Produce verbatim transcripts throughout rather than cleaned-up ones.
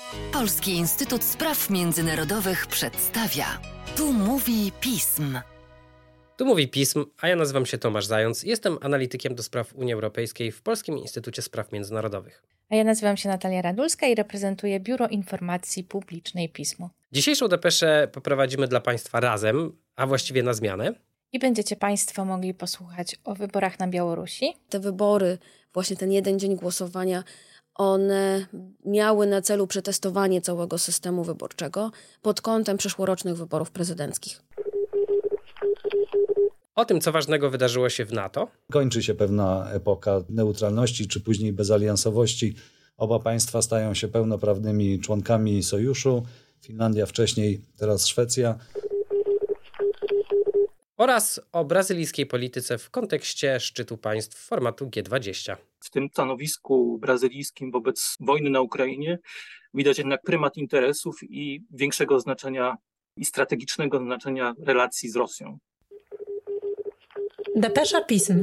Polski Instytut Spraw Międzynarodowych przedstawia. Tu mówi pism. Tu mówi pism, a ja nazywam się Tomasz Zając. Jestem analitykiem do spraw Unii Europejskiej w Polskim Instytucie Spraw Międzynarodowych. A ja nazywam się Natalia Radulska i reprezentuję Biuro Informacji Publicznej Pismu. Dzisiejszą depeszę poprowadzimy dla Państwa razem, a właściwie na zmianę. I będziecie Państwo mogli posłuchać o wyborach na Białorusi. Te wybory, właśnie ten jeden dzień głosowania, one miały na celu przetestowanie całego systemu wyborczego pod kątem przyszłorocznych wyborów prezydenckich. O tym, co ważnego wydarzyło się w NATO. Kończy się pewna epoka neutralności, czy później bezaliansowości. Oba państwa stają się pełnoprawnymi członkami sojuszu. Finlandia wcześniej, teraz Szwecja. Oraz o brazylijskiej polityce w kontekście szczytu państw formatu G dwadzieścia. W tym stanowisku brazylijskim wobec wojny na Ukrainie widać jednak prymat interesów i większego znaczenia i strategicznego znaczenia relacji z Rosją. Depesza Pism.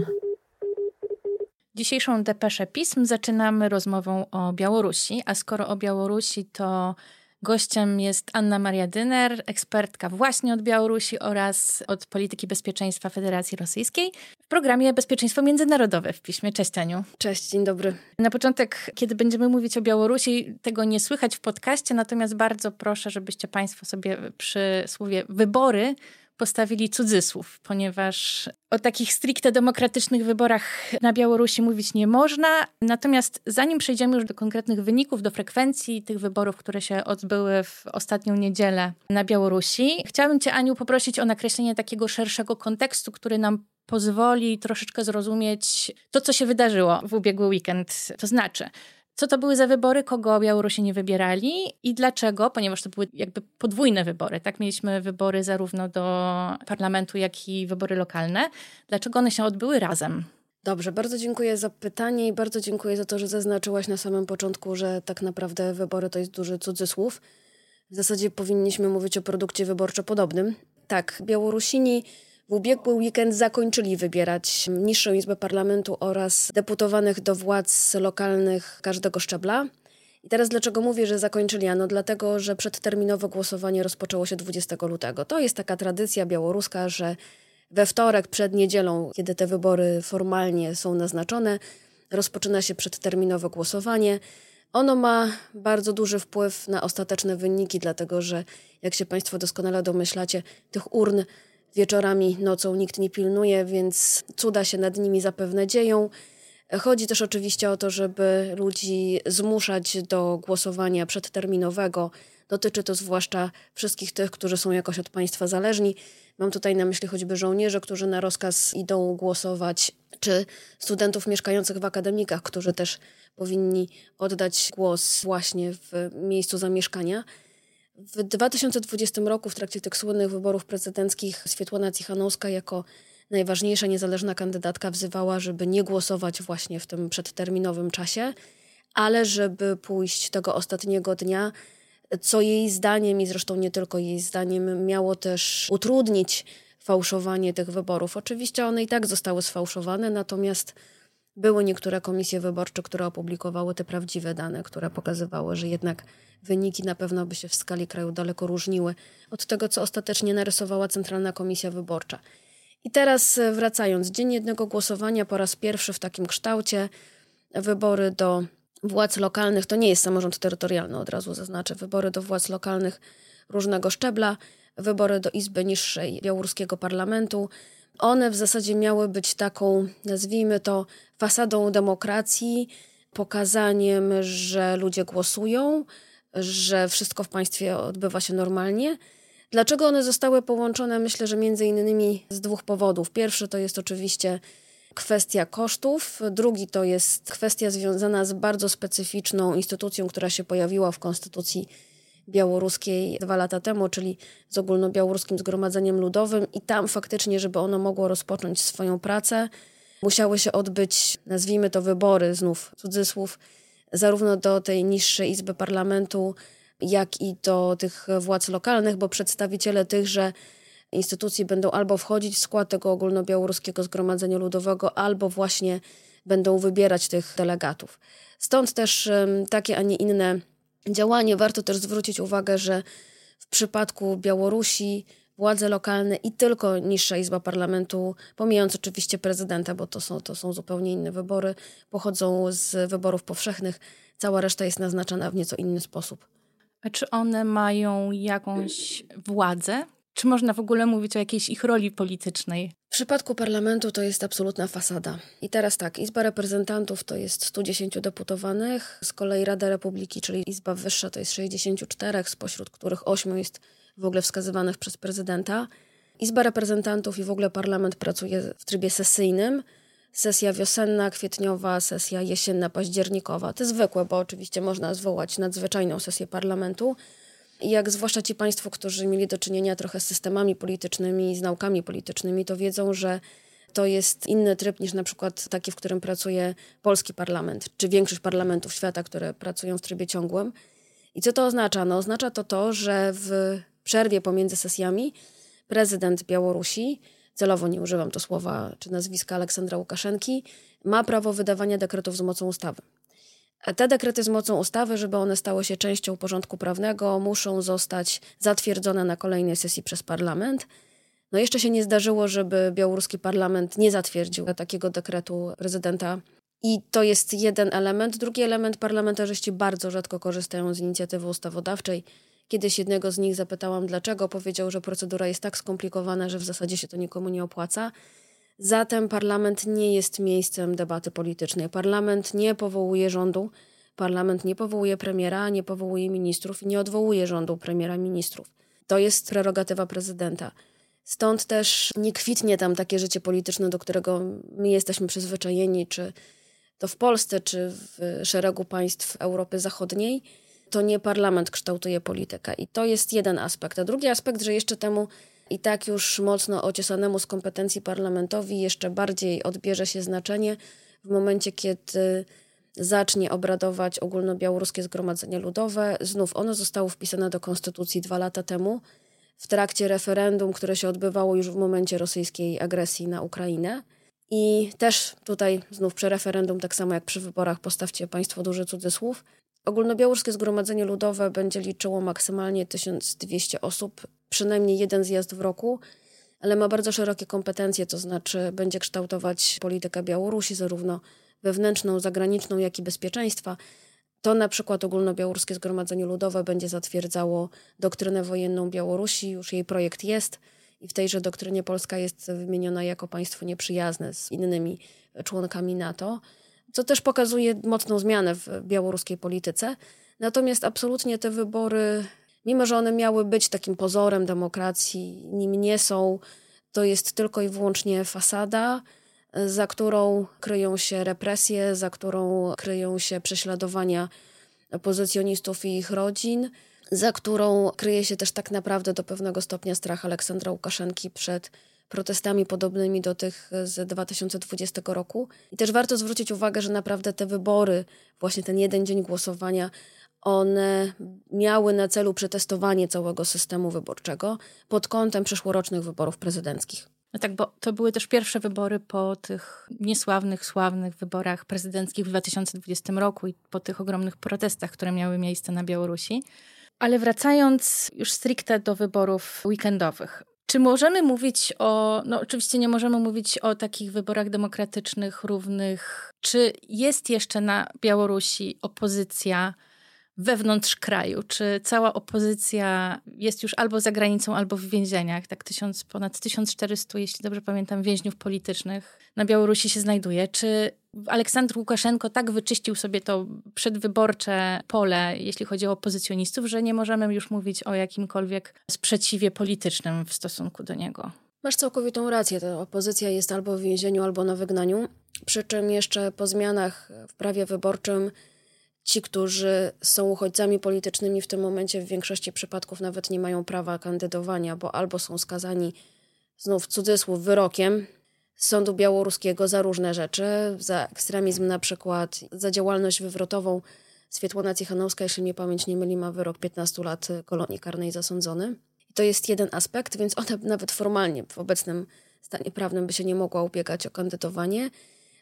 Dzisiejszą depeszę pism zaczynamy rozmową o Białorusi, a skoro o Białorusi, to gościem jest Anna Maria Dyner, ekspertka właśnie od Białorusi oraz od polityki bezpieczeństwa Federacji Rosyjskiej w programie Bezpieczeństwo Międzynarodowe w Piśmie. Cześć, Aniu. Cześć, dzień dobry. Na początek, kiedy będziemy mówić o Białorusi, tego nie słychać w podcaście, natomiast bardzo proszę, żebyście Państwo sobie przy słowie wybory postawili cudzysłów, ponieważ o takich stricte demokratycznych wyborach na Białorusi mówić nie można. Natomiast zanim przejdziemy już do konkretnych wyników, do frekwencji tych wyborów, które się odbyły w ostatnią niedzielę na Białorusi, chciałabym Cię, Aniu, poprosić o nakreślenie takiego szerszego kontekstu, który nam pozwoli troszeczkę zrozumieć to, co się wydarzyło w ubiegły weekend. To znaczy, co to były za wybory, kogo Białorusini wybierali i dlaczego, ponieważ to były jakby podwójne wybory, tak? Mieliśmy wybory zarówno do parlamentu, jak i wybory lokalne. Dlaczego one się odbyły razem? Dobrze, bardzo dziękuję za pytanie i bardzo dziękuję za to, że zaznaczyłaś na samym początku, że tak naprawdę wybory to jest duży cudzysłów. W zasadzie powinniśmy mówić o produkcie wyborczo podobnym. Tak, Białorusini w ubiegły weekend zakończyli wybierać niższą izbę parlamentu oraz deputowanych do władz lokalnych każdego szczebla. I teraz dlaczego mówię, że zakończyli? Ano dlatego, że przedterminowe głosowanie rozpoczęło się dwudziestego lutego. To jest taka tradycja białoruska, że we wtorek przed niedzielą, kiedy te wybory formalnie są naznaczone, rozpoczyna się przedterminowe głosowanie. Ono ma bardzo duży wpływ na ostateczne wyniki, dlatego że, jak się Państwo doskonale domyślacie, tych urn wieczorami, nocą nikt nie pilnuje, więc cuda się nad nimi zapewne dzieją. Chodzi też oczywiście o to, żeby ludzi zmuszać do głosowania przedterminowego. Dotyczy to zwłaszcza wszystkich tych, którzy są jakoś od państwa zależni. Mam tutaj na myśli choćby żołnierzy, którzy na rozkaz idą głosować, czy studentów mieszkających w akademikach, którzy też powinni oddać głos właśnie w miejscu zamieszkania. W dwa tysiące dwudziestym roku w trakcie tych słynnych wyborów prezydenckich Swiatłana Cichanouska jako najważniejsza niezależna kandydatka wzywała, żeby nie głosować właśnie w tym przedterminowym czasie, ale żeby pójść tego ostatniego dnia, co jej zdaniem i zresztą nie tylko jej zdaniem miało też utrudnić fałszowanie tych wyborów. Oczywiście one i tak zostały sfałszowane, natomiast były niektóre komisje wyborcze, które opublikowały te prawdziwe dane, które pokazywały, że jednak wyniki na pewno by się w skali kraju daleko różniły od tego, co ostatecznie narysowała Centralna Komisja Wyborcza. I teraz wracając, dzień jednego głosowania po raz pierwszy w takim kształcie, wybory do władz lokalnych, to nie jest samorząd terytorialny, od razu zaznaczę, wybory do władz lokalnych różnego szczebla, wybory do Izby Niższej Białoruskiego Parlamentu. One w zasadzie miały być taką, nazwijmy to, fasadą demokracji, pokazaniem, że ludzie głosują, że wszystko w państwie odbywa się normalnie. Dlaczego one zostały połączone? Myślę, że między innymi z dwóch powodów. Pierwszy to jest oczywiście kwestia kosztów, drugi to jest kwestia związana z bardzo specyficzną instytucją, która się pojawiła w konstytucji białoruskiej dwa lata temu, czyli z Ogólnobiałoruskim Zgromadzeniem Ludowym i tam faktycznie, żeby ono mogło rozpocząć swoją pracę, musiały się odbyć, nazwijmy to wybory, znów cudzysłów, zarówno do tej niższej izby parlamentu, jak i do tych władz lokalnych, bo przedstawiciele tychże instytucji będą albo wchodzić w skład tego Ogólnobiałoruskiego Zgromadzenia Ludowego, albo właśnie będą wybierać tych delegatów. Stąd też takie, a nie inne działanie. Warto też zwrócić uwagę, że w przypadku Białorusi władze lokalne i tylko niższa izba parlamentu, pomijając oczywiście prezydenta, bo to są, to są zupełnie inne wybory, pochodzą z wyborów powszechnych. Cała reszta jest naznaczana w nieco inny sposób. A czy one mają jakąś władzę? Czy można w ogóle mówić o jakiejś ich roli politycznej? W przypadku parlamentu to jest absolutna fasada. I teraz tak, Izba Reprezentantów to jest stu dziesięciu deputowanych, z kolei Rada Republiki, czyli Izba Wyższa to jest sześćdziesięciu czterech, spośród których ośmiu jest w ogóle wskazywanych przez prezydenta. Izba Reprezentantów i w ogóle parlament pracuje w trybie sesyjnym. Sesja wiosenna, kwietniowa, sesja jesienna, październikowa. Te zwykłe, bo oczywiście można zwołać nadzwyczajną sesję parlamentu. I jak zwłaszcza ci państwo, którzy mieli do czynienia trochę z systemami politycznymi, z naukami politycznymi, to wiedzą, że to jest inny tryb niż na przykład taki, w którym pracuje polski parlament, czy większość parlamentów świata, które pracują w trybie ciągłym. I co to oznacza? No, oznacza to to, że w przerwie pomiędzy sesjami prezydent Białorusi, celowo nie używam to słowa czy nazwiska Aleksandra Łukaszenki, ma prawo wydawania dekretów z mocą ustawy. A te dekrety z mocą ustawy, żeby one stały się częścią porządku prawnego, muszą zostać zatwierdzone na kolejnej sesji przez parlament. No jeszcze się nie zdarzyło, żeby białoruski parlament nie zatwierdził takiego dekretu prezydenta. I to jest jeden element. Drugi element, parlamentarzyści bardzo rzadko korzystają z inicjatywy ustawodawczej. Kiedyś jednego z nich zapytałam, dlaczego. Powiedział, że procedura jest tak skomplikowana, że w zasadzie się to nikomu nie opłaca. Zatem parlament nie jest miejscem debaty politycznej. Parlament nie powołuje rządu, parlament nie powołuje premiera, nie powołuje ministrów i nie odwołuje rządu premiera ministrów. To jest prerogatywa prezydenta. Stąd też nie kwitnie tam takie życie polityczne, do którego my jesteśmy przyzwyczajeni, czy to w Polsce, czy w szeregu państw Europy Zachodniej. To nie parlament kształtuje politykę i to jest jeden aspekt. A drugi aspekt, że jeszcze temu i tak już mocno ociesanemu z kompetencji parlamentowi jeszcze bardziej odbierze się znaczenie w momencie, kiedy zacznie obradować Ogólnobiałoruskie Zgromadzenie Ludowe. Znów ono zostało wpisane do konstytucji dwa lata temu w trakcie referendum, które się odbywało już w momencie rosyjskiej agresji na Ukrainę. I też tutaj znów przy referendum, tak samo jak przy wyborach, postawcie państwo duży cudzysłów, Ogólnobiałoruskie Zgromadzenie Ludowe będzie liczyło maksymalnie tysiąc dwieście osób, przynajmniej jeden zjazd w roku, ale ma bardzo szerokie kompetencje, to znaczy będzie kształtować politykę Białorusi, zarówno wewnętrzną, zagraniczną, jak i bezpieczeństwa. To na przykład Ogólnobiałoruskie Zgromadzenie Ludowe będzie zatwierdzało doktrynę wojenną Białorusi, już jej projekt jest i w tejże doktrynie Polska jest wymieniona jako państwo nieprzyjazne z innymi członkami NATO, co też pokazuje mocną zmianę w białoruskiej polityce. Natomiast absolutnie te wybory, mimo że one miały być takim pozorem demokracji, nim nie są, to jest tylko i wyłącznie fasada, za którą kryją się represje, za którą kryją się prześladowania opozycjonistów i ich rodzin, za którą kryje się też tak naprawdę do pewnego stopnia strach Aleksandra Łukaszenki przed protestami podobnymi do tych z dwa tysiące dwudziestego roku. I też warto zwrócić uwagę, że naprawdę te wybory, właśnie ten jeden dzień głosowania, one miały na celu przetestowanie całego systemu wyborczego pod kątem przyszłorocznych wyborów prezydenckich. No tak, bo to były też pierwsze wybory po tych niesławnych, sławnych wyborach prezydenckich w dwa tysiące dwudziestym roku i po tych ogromnych protestach, które miały miejsce na Białorusi. Ale wracając już stricte do wyborów weekendowych. Czy możemy mówić o, no oczywiście nie możemy mówić o takich wyborach demokratycznych, równych. Czy jest jeszcze na Białorusi opozycja wewnątrz kraju? Czy cała opozycja jest już albo za granicą, albo w więzieniach? Tak tysiąc, ponad tysiąc czterysta, jeśli dobrze pamiętam, więźniów politycznych na Białorusi się znajduje. Czy Aleksandr Łukaszenko tak wyczyścił sobie to przedwyborcze pole, jeśli chodzi o opozycjonistów, że nie możemy już mówić o jakimkolwiek sprzeciwie politycznym w stosunku do niego? Masz całkowitą rację. Ta opozycja jest albo w więzieniu, albo na wygnaniu. Przy czym jeszcze po zmianach w prawie wyborczym ci, którzy są uchodźcami politycznymi w tym momencie w większości przypadków nawet nie mają prawa kandydowania, bo albo są skazani, znów cudzysłów, wyrokiem sądu białoruskiego za różne rzeczy, za ekstremizm na przykład, za działalność wywrotową. Swiatłana Cichanowska, jeśli mnie pamięć nie myli, ma wyrok piętnastu lat kolonii karnej zasądzony. I to jest jeden aspekt, więc ona nawet formalnie w obecnym stanie prawnym by się nie mogła ubiegać o kandydowanie.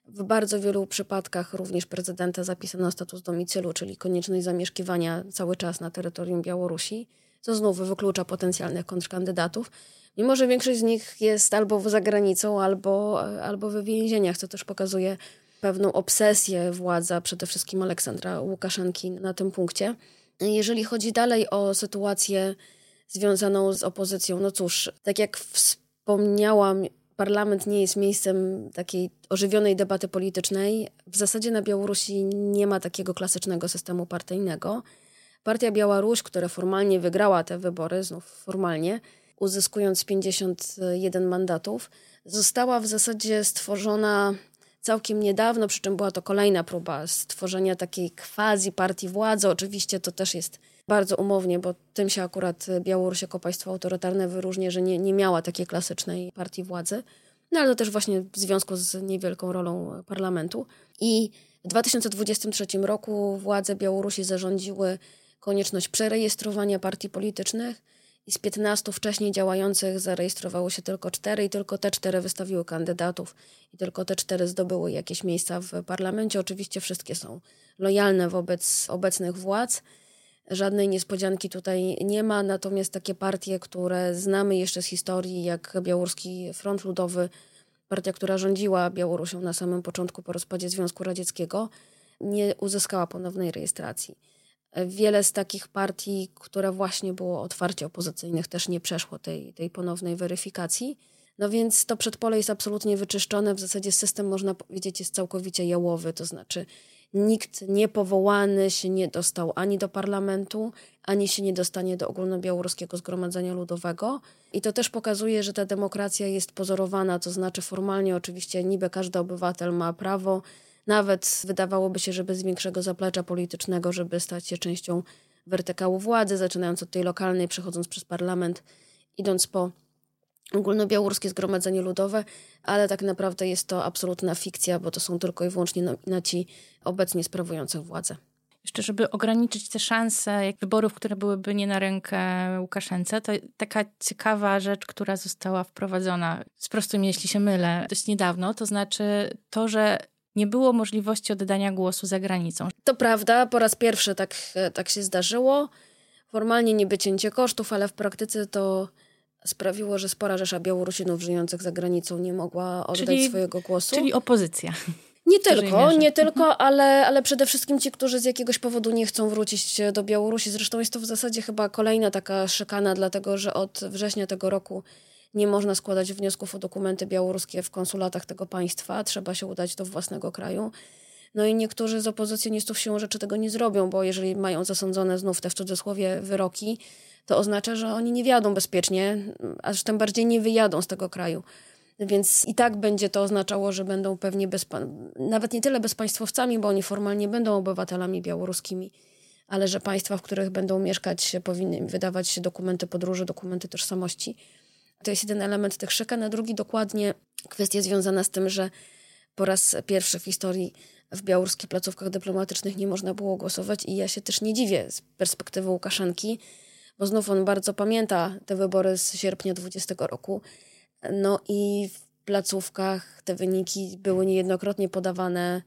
W bardzo wielu przypadkach również prezydenta zapisano status domicylu, czyli konieczność zamieszkiwania cały czas na terytorium Białorusi, co znów wyklucza potencjalnych kontrkandydatów, mimo że większość z nich jest albo za granicą, albo, albo w więzieniach, co też pokazuje pewną obsesję władza, przede wszystkim Aleksandra Łukaszenki na tym punkcie. Jeżeli chodzi dalej o sytuację związaną z opozycją, no cóż, tak jak wspomniałam, parlament nie jest miejscem takiej ożywionej debaty politycznej. W zasadzie na Białorusi nie ma takiego klasycznego systemu partyjnego. Partia Białoruś, która formalnie wygrała te wybory, znów formalnie, uzyskując pięćdziesiąt jeden mandatów, została w zasadzie stworzona całkiem niedawno, przy czym była to kolejna próba stworzenia takiej quasi partii władzy. Oczywiście to też jest bardzo umownie, bo tym się akurat Białoruś jako państwo autorytarne wyróżnia, że nie, nie miała takiej klasycznej partii władzy, no ale to też właśnie w związku z niewielką rolą parlamentu. I w dwa tysiące dwudziestym trzecim roku władze Białorusi zarządziły konieczność przerejestrowania partii politycznych i z piętnastu wcześniej działających zarejestrowało się tylko cztery i tylko te cztery wystawiły kandydatów i tylko te cztery zdobyły jakieś miejsca w parlamencie. Oczywiście wszystkie są lojalne wobec obecnych władz. Żadnej niespodzianki tutaj nie ma, natomiast takie partie, które znamy jeszcze z historii, jak Białoruski Front Ludowy, partia, która rządziła Białorusią na samym początku po rozpadzie Związku Radzieckiego, nie uzyskała ponownej rejestracji. Wiele z takich partii, które właśnie było otwarcie opozycyjnych, też nie przeszło tej, tej ponownej weryfikacji. No więc to przedpole jest absolutnie wyczyszczone. W zasadzie system, można powiedzieć, jest całkowicie jałowy. To znaczy nikt niepowołany się nie dostał ani do parlamentu, ani się nie dostanie do Ogólnobiałoruskiego Zgromadzenia Ludowego. I to też pokazuje, że ta demokracja jest pozorowana. To znaczy formalnie oczywiście niby każdy obywatel ma prawo, nawet wydawałoby się, że bez większego zaplecza politycznego, żeby stać się częścią wertykału władzy, zaczynając od tej lokalnej, przechodząc przez parlament, idąc po Ogólnobiałoruskie Zgromadzenie Ludowe, ale tak naprawdę jest to absolutna fikcja, bo to są tylko i wyłącznie nominaci obecnie sprawujących władzę. Jeszcze, żeby ograniczyć te szanse jak wyborów, które byłyby nie na rękę Łukaszence, to taka ciekawa rzecz, która została wprowadzona, sprostuj mnie, jeśli się mylę, dość niedawno, to znaczy to, że nie było możliwości oddania głosu za granicą. To prawda, po raz pierwszy tak, tak się zdarzyło. Formalnie niby cięcie kosztów, ale w praktyce to sprawiło, że spora rzesza Białorusinów żyjących za granicą nie mogła oddać czyli, swojego głosu. Czyli opozycja. Nie tylko, nie tylko, ale, ale przede wszystkim ci, którzy z jakiegoś powodu nie chcą wrócić do Białorusi. Zresztą jest to w zasadzie chyba kolejna taka szykana, dlatego że od września tego roku nie można składać wniosków o dokumenty białoruskie w konsulatach tego państwa. Trzeba się udać do własnego kraju. No i niektórzy z opozycjonistów siłą rzeczy tego nie zrobią, bo jeżeli mają zasądzone znów te w cudzysłowie wyroki, to oznacza, że oni nie wjadą bezpiecznie, aż tym bardziej nie wyjadą z tego kraju. Więc i tak będzie to oznaczało, że będą pewnie bezpa- nawet nie tyle bezpaństwowcami, bo oni formalnie będą obywatelami białoruskimi, ale że państwa, w których będą mieszkać, powinny im wydawać się dokumenty podróży, dokumenty tożsamości. To jest jeden element tych szykan, a drugi dokładnie kwestia związana z tym, że po raz pierwszy w historii w białoruskich placówkach dyplomatycznych nie można było głosować i ja się też nie dziwię z perspektywy Łukaszenki, bo znów on bardzo pamięta te wybory z sierpnia dwudziestego roku. No i w placówkach te wyniki były niejednokrotnie podawane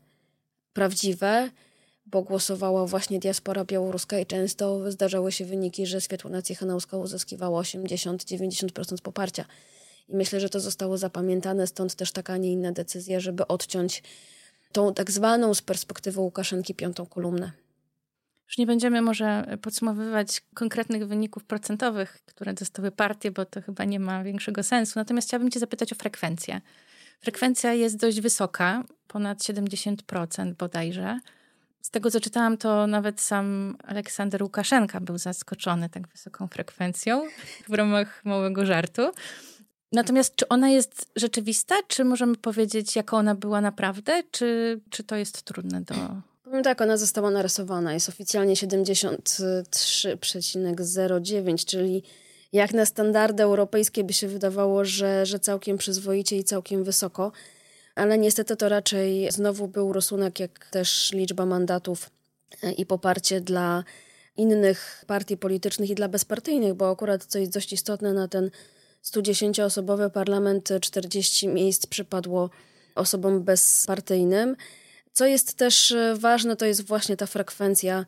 prawdziwe, bo głosowała właśnie diaspora białoruska i często zdarzały się wyniki, że Swiatłana Cichanouska uzyskiwała osiemdziesiąt do dziewięćdziesięciu procent poparcia. I myślę, że to zostało zapamiętane, stąd też taka, a nie inna decyzja, żeby odciąć tą tak zwaną z perspektywy Łukaszenki piątą kolumnę. Już nie będziemy może podsumowywać konkretnych wyników procentowych, które dostały partie, bo to chyba nie ma większego sensu. Natomiast chciałabym cię zapytać o frekwencję. Frekwencja jest dość wysoka, ponad siedemdziesiąt procent bodajże. Z tego, co czytałam, to nawet sam Aleksander Łukaszenka był zaskoczony tak wysoką frekwencją w ramach małego żartu. Natomiast czy ona jest rzeczywista? Czy możemy powiedzieć, jaka ona była naprawdę? Czy, czy to jest trudne do... Powiem tak, ona została narysowana. Jest oficjalnie siedemdziesiąt trzy przecinek zero dziewięć, czyli jak na standardy europejskie by się wydawało, że, że całkiem przyzwoicie i całkiem wysoko. Ale niestety to raczej znowu był rysunek, jak też liczba mandatów i poparcie dla innych partii politycznych i dla bezpartyjnych, bo akurat co jest dość istotne, na ten stu dziesięcioosobowy parlament czterdzieści miejsc przypadło osobom bezpartyjnym. Co jest też ważne, to jest właśnie ta frekwencja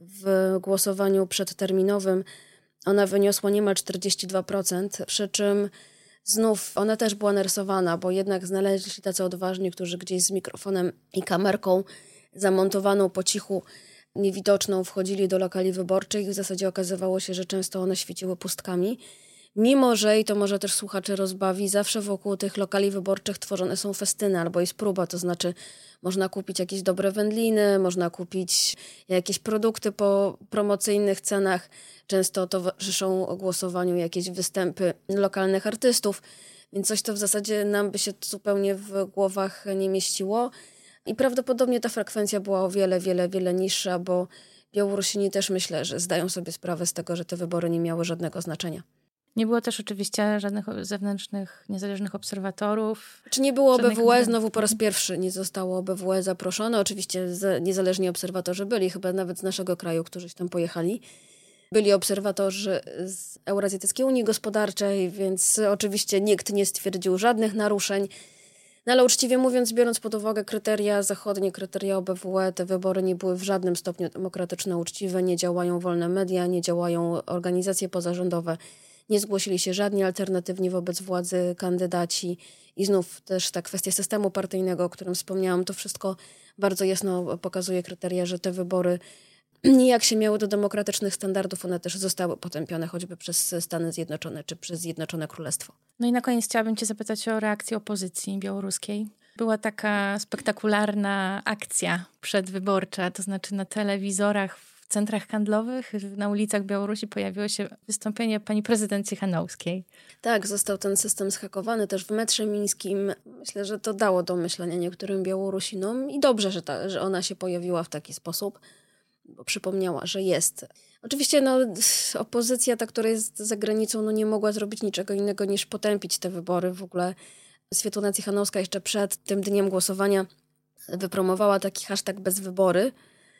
w głosowaniu przedterminowym. Ona wyniosła niemal czterdzieści dwa procent, przy czym znów ona też była narysowana, bo jednak znaleźli się tacy odważni, którzy gdzieś z mikrofonem i kamerką zamontowaną po cichu, niewidoczną, wchodzili do lokali wyborczych i w zasadzie okazywało się, że często one świeciły pustkami. Mimo że, i to może też słuchaczy rozbawi, zawsze wokół tych lokali wyborczych tworzone są festyny albo jest próba, to znaczy można kupić jakieś dobre wędliny, można kupić jakieś produkty po promocyjnych cenach. Często towarzyszą głosowaniu jakieś występy lokalnych artystów, więc coś to w zasadzie nam by się zupełnie w głowach nie mieściło. I prawdopodobnie ta frekwencja była o wiele, wiele, wiele niższa, bo Białorusini też myślę, że zdają sobie sprawę z tego, że te wybory nie miały żadnego znaczenia. Nie było też oczywiście żadnych zewnętrznych, niezależnych obserwatorów. Czy nie było O B W E? Znowu po raz pierwszy nie zostało O B W E zaproszone. Oczywiście niezależni obserwatorzy byli, chyba nawet z naszego kraju, którzy tam pojechali. Byli obserwatorzy z Eurazjatyckiej Unii Gospodarczej, więc oczywiście nikt nie stwierdził żadnych naruszeń. No ale uczciwie mówiąc, biorąc pod uwagę kryteria zachodnie, kryteria O B W E, te wybory nie były w żadnym stopniu demokratyczne, uczciwe, nie działają wolne media, nie działają organizacje pozarządowe. Nie zgłosili się żadni alternatywni wobec władzy kandydaci i znów też ta kwestia systemu partyjnego, o którym wspomniałam, to wszystko bardzo jasno pokazuje kryteria, że te wybory nijak się miały do demokratycznych standardów, one też zostały potępione choćby przez Stany Zjednoczone czy przez Zjednoczone Królestwo. No i na koniec chciałabym cię zapytać o reakcję opozycji białoruskiej. Była taka spektakularna akcja przedwyborcza, to znaczy na telewizorach w centrach handlowych, na ulicach Białorusi pojawiło się wystąpienie pani prezydent Cichanouskiej. Tak, został ten system zhakowany też w metrze mińskim. Myślę, że to dało do myślenia niektórym Białorusinom i dobrze, że, ta, że ona się pojawiła w taki sposób, bo przypomniała, że jest. Oczywiście no, opozycja, ta, która jest za granicą, no, nie mogła zrobić niczego innego niż potępić te wybory. W ogóle Swietlana Cichanouska jeszcze przed tym dniem głosowania wypromowała taki hashtag bez wybory,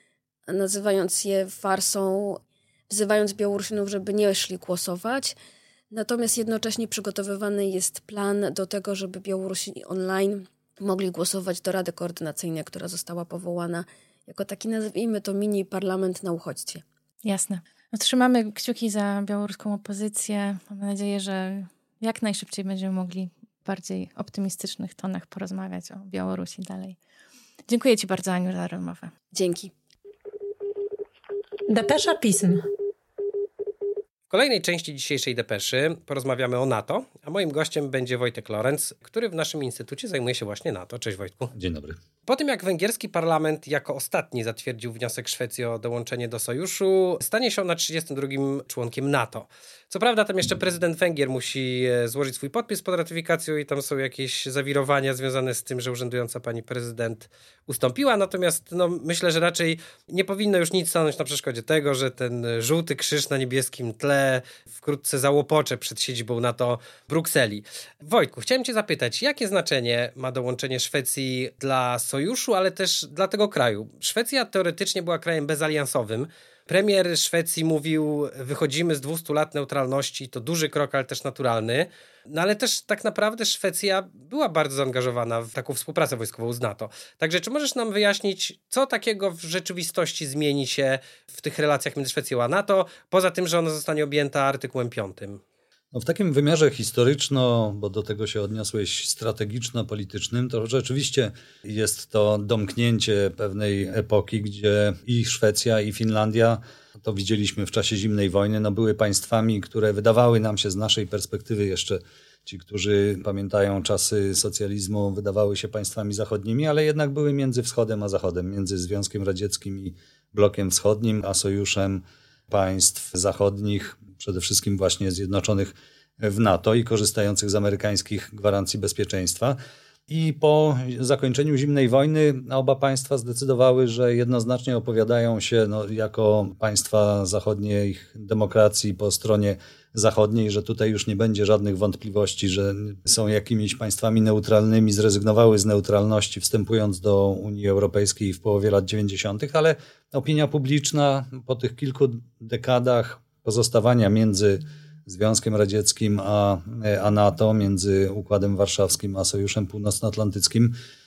nazywając je farsą, wzywając Białorusinów, żeby nie szli głosować. Natomiast jednocześnie przygotowywany jest plan do tego, żeby Białorusini online mogli głosować do Rady Koordynacyjnej, która została powołana jako taki, nazwijmy to, mini parlament na uchodźstwie. Jasne. No, trzymamy kciuki za białoruską opozycję. Mam nadzieję, że jak najszybciej będziemy mogli w bardziej optymistycznych tonach porozmawiać o Białorusi dalej. Dziękuję ci bardzo, Aniu, za rozmowę. Dzięki. Depesza Pism. W kolejnej części dzisiejszej depeszy porozmawiamy o NATO, a moim gościem będzie Wojtek Lorenz, który w naszym instytucie zajmuje się właśnie NATO. Cześć Wojtku. Dzień dobry. Po tym jak węgierski parlament jako ostatni zatwierdził wniosek Szwecji o dołączenie do sojuszu, stanie się ona trzydziestym drugim członkiem NATO. Co prawda tam jeszcze prezydent Węgier musi złożyć swój podpis pod ratyfikacją i tam są jakieś zawirowania związane z tym, że urzędująca pani prezydent ustąpiła, natomiast no, myślę, że raczej nie powinno już nic stanąć na przeszkodzie tego, że ten żółty krzyż na niebieskim tle wkrótce załopocze przed siedzibą NATO w Brukseli. Wojtku, chciałem cię zapytać, jakie znaczenie ma dołączenie Szwecji dla sojuszu, ale też dla tego kraju? Szwecja teoretycznie była krajem bezaliansowym. Premier Szwecji mówił, wychodzimy z dwustu lat neutralności, to duży krok, ale też naturalny. No ale też tak naprawdę Szwecja była bardzo zaangażowana w taką współpracę wojskową z NATO. Także czy możesz nam wyjaśnić, co takiego w rzeczywistości zmieni się w tych relacjach między Szwecją a NATO, poza tym, że ona zostanie objęta artykułem piątym? No w takim wymiarze historyczno, bo do tego się odniosłeś, strategiczno-politycznym, to rzeczywiście jest to domknięcie pewnej epoki, gdzie i Szwecja, i Finlandia, to widzieliśmy w czasie zimnej wojny, no były państwami, które wydawały nam się z naszej perspektywy jeszcze, ci, którzy pamiętają czasy socjalizmu, wydawały się państwami zachodnimi, ale jednak były między wschodem a zachodem, między Związkiem Radzieckim i blokiem wschodnim, a sojuszem państw zachodnich, przede wszystkim właśnie zjednoczonych w NATO i korzystających z amerykańskich gwarancji bezpieczeństwa. I po zakończeniu zimnej wojny oba państwa zdecydowały, że jednoznacznie opowiadają się no, jako państwa zachodnich demokracji po stronie zachodniej, że tutaj już nie będzie żadnych wątpliwości, że są jakimiś państwami neutralnymi, zrezygnowały z neutralności wstępując do Unii Europejskiej w połowie lat dziewięćdziesiątych, ale opinia publiczna po tych kilku dekadach pozostawania między Związkiem Radzieckim a, a NATO, między Układem Warszawskim a Sojuszem Północnoatlantyckim,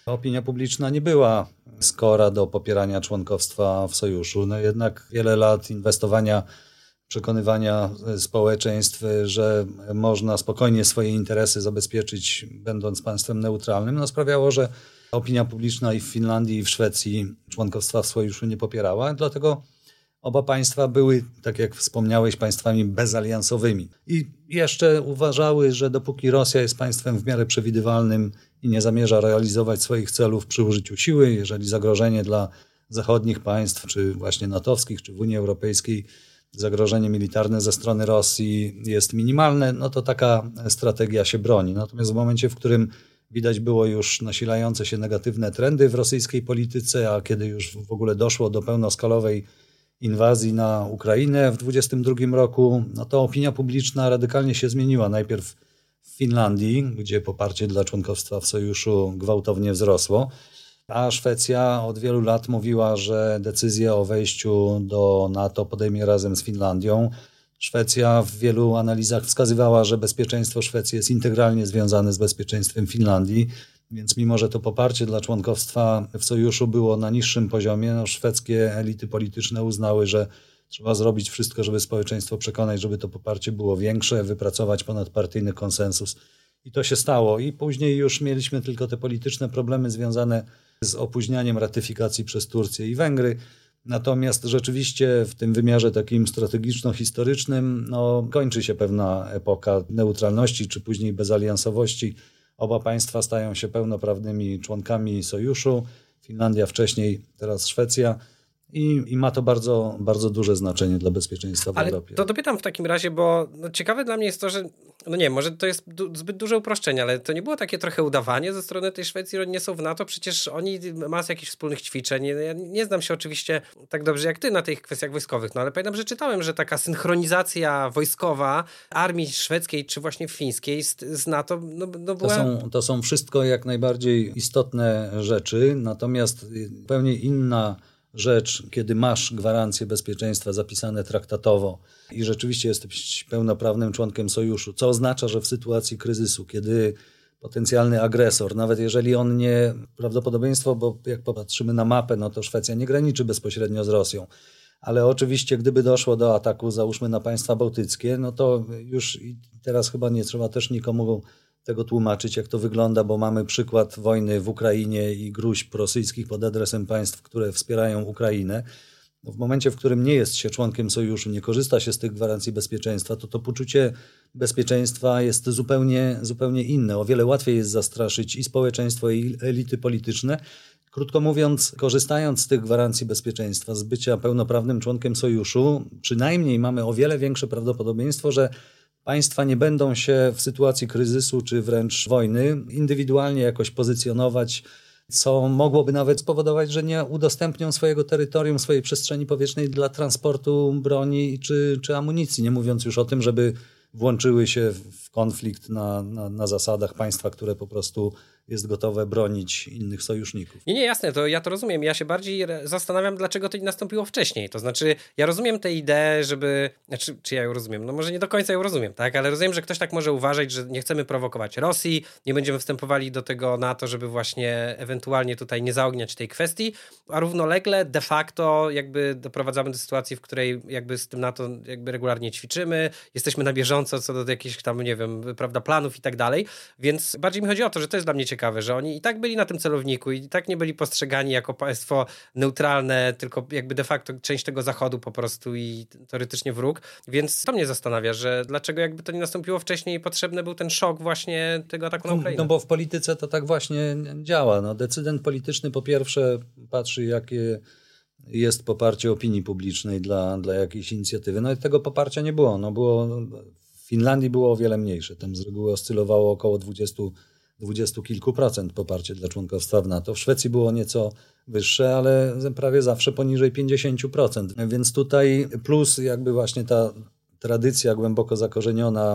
Opinia publiczna nie była skora do popierania członkostwa w sojuszu. No jednak wiele lat inwestowania, przekonywania społeczeństw, że można spokojnie swoje interesy zabezpieczyć, będąc państwem neutralnym, no sprawiało, że opinia publiczna i w Finlandii, i w Szwecji członkostwa w sojuszu nie popierała. Dlatego oba państwa były, tak jak wspomniałeś, państwami bezaliansowymi. I jeszcze uważały, że dopóki Rosja jest państwem w miarę przewidywalnym i nie zamierza realizować swoich celów przy użyciu siły, jeżeli zagrożenie dla zachodnich państw, czy właśnie natowskich, czy w Unii Europejskiej, zagrożenie militarne ze strony Rosji jest minimalne, no to taka strategia się broni. Natomiast w momencie, w którym widać było już nasilające się negatywne trendy w rosyjskiej polityce, a kiedy już w ogóle doszło do pełnoskalowej inwazji na Ukrainę w dwudziestym drugim roku, no to opinia publiczna radykalnie się zmieniła. Najpierw w Finlandii, gdzie poparcie dla członkostwa w sojuszu gwałtownie wzrosło, a Szwecja od wielu lat mówiła, że decyzję o wejściu do NATO podejmie razem z Finlandią. Szwecja w wielu analizach wskazywała, że bezpieczeństwo Szwecji jest integralnie związane z bezpieczeństwem Finlandii, więc mimo, że to poparcie dla członkostwa w sojuszu było na niższym poziomie, no szwedzkie elity polityczne uznały, że trzeba zrobić wszystko, żeby społeczeństwo przekonać, żeby to poparcie było większe, wypracować ponadpartyjny konsensus. I to się stało. I później już mieliśmy tylko te polityczne problemy związane z opóźnianiem ratyfikacji przez Turcję i Węgry. Natomiast rzeczywiście w tym wymiarze takim strategiczno-historycznym no, kończy się pewna epoka neutralności, czy później bezaliansowości. Oba państwa stają się pełnoprawnymi członkami sojuszu. Finlandia wcześniej, teraz Szwecja. I, I ma to bardzo, bardzo duże znaczenie dla bezpieczeństwa w Ale Europie. to dopytam w takim razie, bo no ciekawe dla mnie jest to, że no nie wiem, może to jest du- zbyt duże uproszczenie, ale to nie było takie trochę udawanie ze strony tej Szwecji, że oni nie są w NATO, przecież oni mają jakichś wspólnych ćwiczeń. Ja nie znam się oczywiście tak dobrze jak ty na tych kwestiach wojskowych, no ale pamiętam, że czytałem, że taka synchronizacja wojskowa armii szwedzkiej czy właśnie fińskiej z, z NATO no, no była... To są, to są wszystko jak najbardziej istotne rzeczy, natomiast zupełnie inna rzecz, kiedy masz gwarancje bezpieczeństwa zapisane traktatowo i rzeczywiście jesteś pełnoprawnym członkiem sojuszu, co oznacza, że w sytuacji kryzysu, kiedy potencjalny agresor, nawet jeżeli on nie, prawdopodobieństwo, bo jak popatrzymy na mapę, no to Szwecja nie graniczy bezpośrednio z Rosją, ale oczywiście gdyby doszło do ataku, załóżmy na państwa bałtyckie, no to już i teraz chyba nie trzeba też nikomu tego tłumaczyć, jak to wygląda, bo mamy przykład wojny w Ukrainie i gróźb rosyjskich pod adresem państw, które wspierają Ukrainę. No w momencie, w którym nie jest się członkiem sojuszu, nie korzysta się z tych gwarancji bezpieczeństwa, to to poczucie bezpieczeństwa jest zupełnie, zupełnie inne. O wiele łatwiej jest zastraszyć i społeczeństwo, i elity polityczne. Krótko mówiąc, korzystając z tych gwarancji bezpieczeństwa, z bycia pełnoprawnym członkiem sojuszu, przynajmniej mamy o wiele większe prawdopodobieństwo, że państwa nie będą się w sytuacji kryzysu czy wręcz wojny indywidualnie jakoś pozycjonować, co mogłoby nawet spowodować, że nie udostępnią swojego terytorium, swojej przestrzeni powietrznej dla transportu broni czy, czy amunicji. Nie mówiąc już o tym, żeby włączyły się w konflikt na, na, na zasadach państwa, które po prostu jest gotowe bronić innych sojuszników. Nie, nie, jasne, to ja to rozumiem. Ja się bardziej zastanawiam, dlaczego to nie nastąpiło wcześniej. To znaczy, ja rozumiem tę ideę, żeby... Znaczy, czy ja ją rozumiem? No może nie do końca ją rozumiem, tak? Ale rozumiem, że ktoś tak może uważać, że nie chcemy prowokować Rosji, nie będziemy wstępowali do tego NATO, żeby właśnie ewentualnie tutaj nie zaogniać tej kwestii, a równolegle de facto jakby doprowadzamy do sytuacji, w której jakby z tym NATO jakby regularnie ćwiczymy, jesteśmy na bieżąco co do jakichś tam, nie wiem, prawda, planów i tak dalej, więc bardziej mi chodzi o to, że to jest dla mnie ciekawe, że oni i tak byli na tym celowniku i tak nie byli postrzegani jako państwo neutralne, tylko jakby de facto część tego Zachodu po prostu i teoretycznie wróg, więc to mnie zastanawia, że dlaczego jakby to nie nastąpiło wcześniej i potrzebny był ten szok właśnie tego ataku na Ukrainę. No bo w polityce to tak właśnie działa. No, decydent polityczny po pierwsze patrzy, jakie jest poparcie opinii publicznej dla, dla jakiejś inicjatywy. No i tego poparcia nie było. No było w Finlandii było o wiele mniejsze. Tam z reguły oscylowało około dwudziestu, dwudziestu kilku procent poparcie dla członkostwa w NATO. W Szwecji było nieco wyższe, ale prawie zawsze poniżej pięćdziesiąt procent. Więc tutaj plus jakby właśnie ta tradycja głęboko zakorzeniona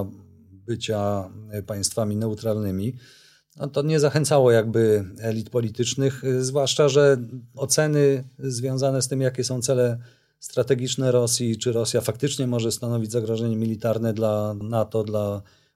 bycia państwami neutralnymi, no to nie zachęcało jakby elit politycznych, zwłaszcza, że oceny związane z tym, jakie są cele strategiczne Rosji, czy Rosja faktycznie może stanowić zagrożenie militarne dla NATO, dla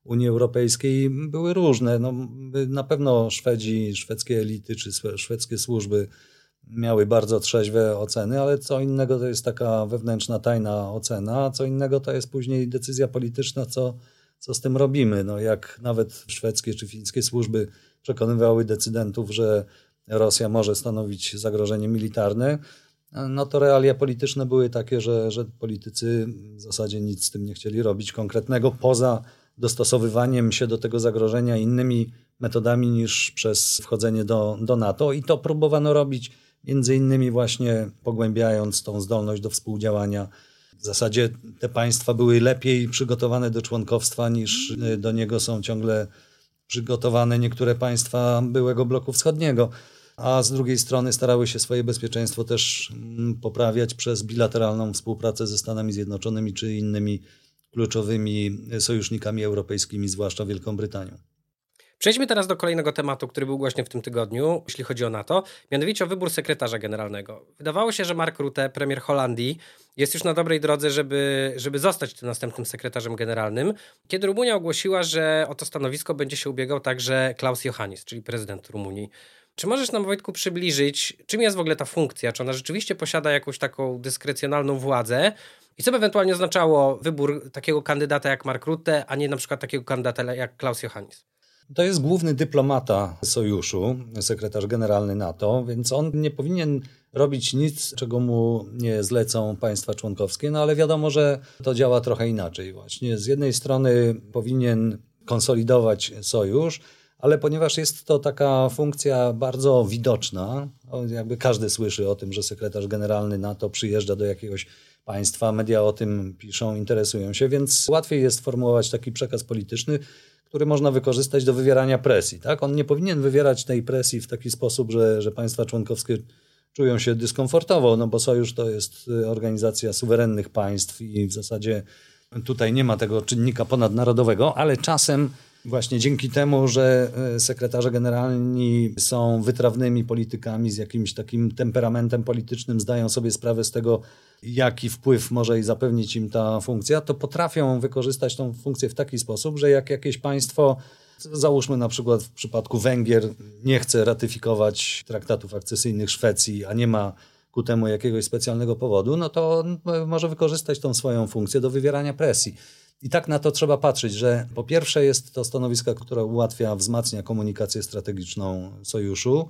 Unii Europejskiej były różne. No, na pewno Szwedzi, szwedzkie elity czy szwedzkie służby miały bardzo trzeźwe oceny, ale co innego to jest taka wewnętrzna, tajna ocena, a co innego to jest później decyzja polityczna, co, co z tym robimy. No, jak nawet szwedzkie czy fińskie służby przekonywały decydentów, że Rosja może stanowić zagrożenie militarne, no to realia polityczne były takie, że, że politycy w zasadzie nic z tym nie chcieli robić konkretnego, poza dostosowywaniem się do tego zagrożenia innymi metodami niż przez wchodzenie do, do NATO. I to próbowano robić między innymi właśnie pogłębiając tą zdolność do współdziałania. W zasadzie te państwa były lepiej przygotowane do członkowstwa niż do niego są ciągle przygotowane niektóre państwa byłego bloku wschodniego. A z drugiej strony starały się swoje bezpieczeństwo też poprawiać przez bilateralną współpracę ze Stanami Zjednoczonymi czy innymi kluczowymi sojusznikami europejskimi, zwłaszcza Wielką Brytanią. Przejdźmy teraz do kolejnego tematu, który był głośny w tym tygodniu, jeśli chodzi o NATO, mianowicie o wybór sekretarza generalnego. Wydawało się, że Mark Rutte, premier Holandii, jest już na dobrej drodze, żeby, żeby zostać tym następnym sekretarzem generalnym, kiedy Rumunia ogłosiła, że o to stanowisko będzie się ubiegał także Klaus Iohannis, czyli prezydent Rumunii. Czy możesz nam, Wojtku, przybliżyć, czym jest w ogóle ta funkcja? Czy ona rzeczywiście posiada jakąś taką dyskrecjonalną władzę? I co by ewentualnie oznaczało wybór takiego kandydata jak Mark Rutte, a nie na przykład takiego kandydata jak Klaus Iohannis? To jest główny dyplomata sojuszu, sekretarz generalny NATO, więc on nie powinien robić nic, czego mu nie zlecą państwa członkowskie, no ale wiadomo, że to działa trochę inaczej właśnie. Z jednej strony powinien konsolidować sojusz, ale ponieważ jest to taka funkcja bardzo widoczna, jakby każdy słyszy o tym, że sekretarz generalny NATO przyjeżdża do jakiegoś państwa, media o tym piszą, interesują się, więc łatwiej jest formułować taki przekaz polityczny, który można wykorzystać do wywierania presji. Tak? On nie powinien wywierać tej presji w taki sposób, że, że państwa członkowskie czują się dyskomfortowo, no bo sojusz to jest organizacja suwerennych państw i w zasadzie tutaj nie ma tego czynnika ponadnarodowego, ale czasem właśnie dzięki temu, że sekretarze generalni są wytrawnymi politykami z jakimś takim temperamentem politycznym, zdają sobie sprawę z tego, jaki wpływ może i zapewnić im ta funkcja, to potrafią wykorzystać tą funkcję w taki sposób, że jak jakieś państwo, załóżmy na przykład w przypadku Węgier, nie chce ratyfikować traktatów akcesyjnych Szwecji, a nie ma ku temu jakiegoś specjalnego powodu, no to może wykorzystać tą swoją funkcję do wywierania presji. I tak na to trzeba patrzeć, że po pierwsze jest to stanowisko, które ułatwia, wzmacnia komunikację strategiczną sojuszu,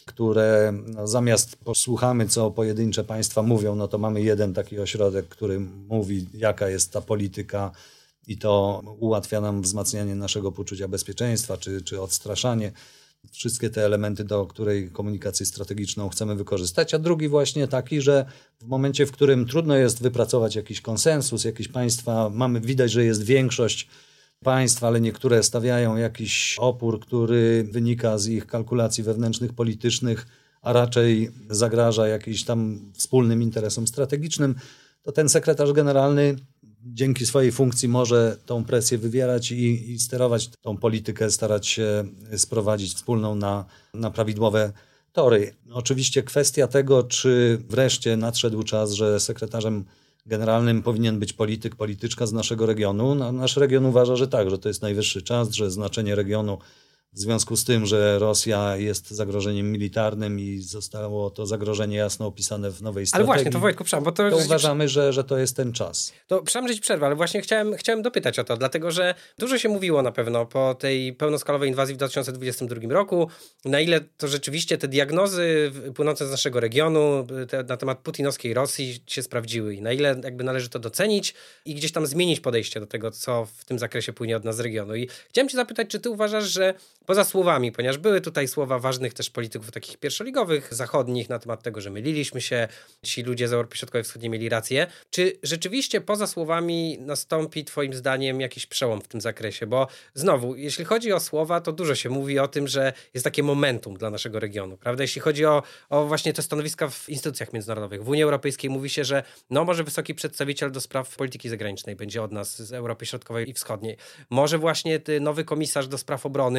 które no, zamiast posłuchamy, co pojedyncze państwa mówią, no to mamy jeden taki ośrodek, który mówi, jaka jest ta polityka i to ułatwia nam wzmacnianie naszego poczucia bezpieczeństwa czy, czy odstraszanie. Wszystkie te elementy, do której komunikację strategiczną chcemy wykorzystać, a drugi właśnie taki, że w momencie, w którym trudno jest wypracować jakiś konsensus, jakieś państwa, mamy widać, że jest większość państw, ale niektóre stawiają jakiś opór, który wynika z ich kalkulacji wewnętrznych, politycznych, a raczej zagraża jakimś tam wspólnym interesom strategicznym, to ten sekretarz generalny dzięki swojej funkcji może tą presję wywierać i, i sterować tą politykę, starać się sprowadzić wspólną na, na prawidłowe tory. Oczywiście kwestia tego, czy wreszcie nadszedł czas, że sekretarzem generalnym powinien być polityk, polityczka z naszego regionu. No, nasz region uważa, że tak, że to jest najwyższy czas, że znaczenie regionu w związku z tym, że Rosja jest zagrożeniem militarnym i zostało to zagrożenie jasno opisane w nowej strategii. Ale właśnie, to Wojtku, przepraszam, bo to... to uważamy, że, że to jest ten czas. To przepraszam, że ci przerwę, ale właśnie chciałem, chciałem dopytać o to, dlatego że dużo się mówiło na pewno po tej pełnoskalowej inwazji w dwa tysiące dwudziestym drugim roku, na ile to rzeczywiście te diagnozy płynące z naszego regionu te, na temat putinowskiej Rosji się sprawdziły i na ile jakby należy to docenić i gdzieś tam zmienić podejście do tego, co w tym zakresie płynie od nas z regionu. I chciałem cię zapytać, czy ty uważasz, że poza słowami, ponieważ były tutaj słowa ważnych też polityków takich pierwszoligowych, zachodnich na temat tego, że myliliśmy się, ci ludzie z Europy Środkowej i Wschodniej mieli rację. Czy rzeczywiście poza słowami nastąpi twoim zdaniem jakiś przełom w tym zakresie? Bo znowu, jeśli chodzi o słowa, to dużo się mówi o tym, że jest takie momentum dla naszego regionu, prawda? Jeśli chodzi o, o właśnie te stanowiska w instytucjach międzynarodowych. W Unii Europejskiej mówi się, że no może wysoki przedstawiciel do spraw polityki zagranicznej będzie od nas z Europy Środkowej i Wschodniej. Może właśnie ty, nowy komisarz do spraw obrony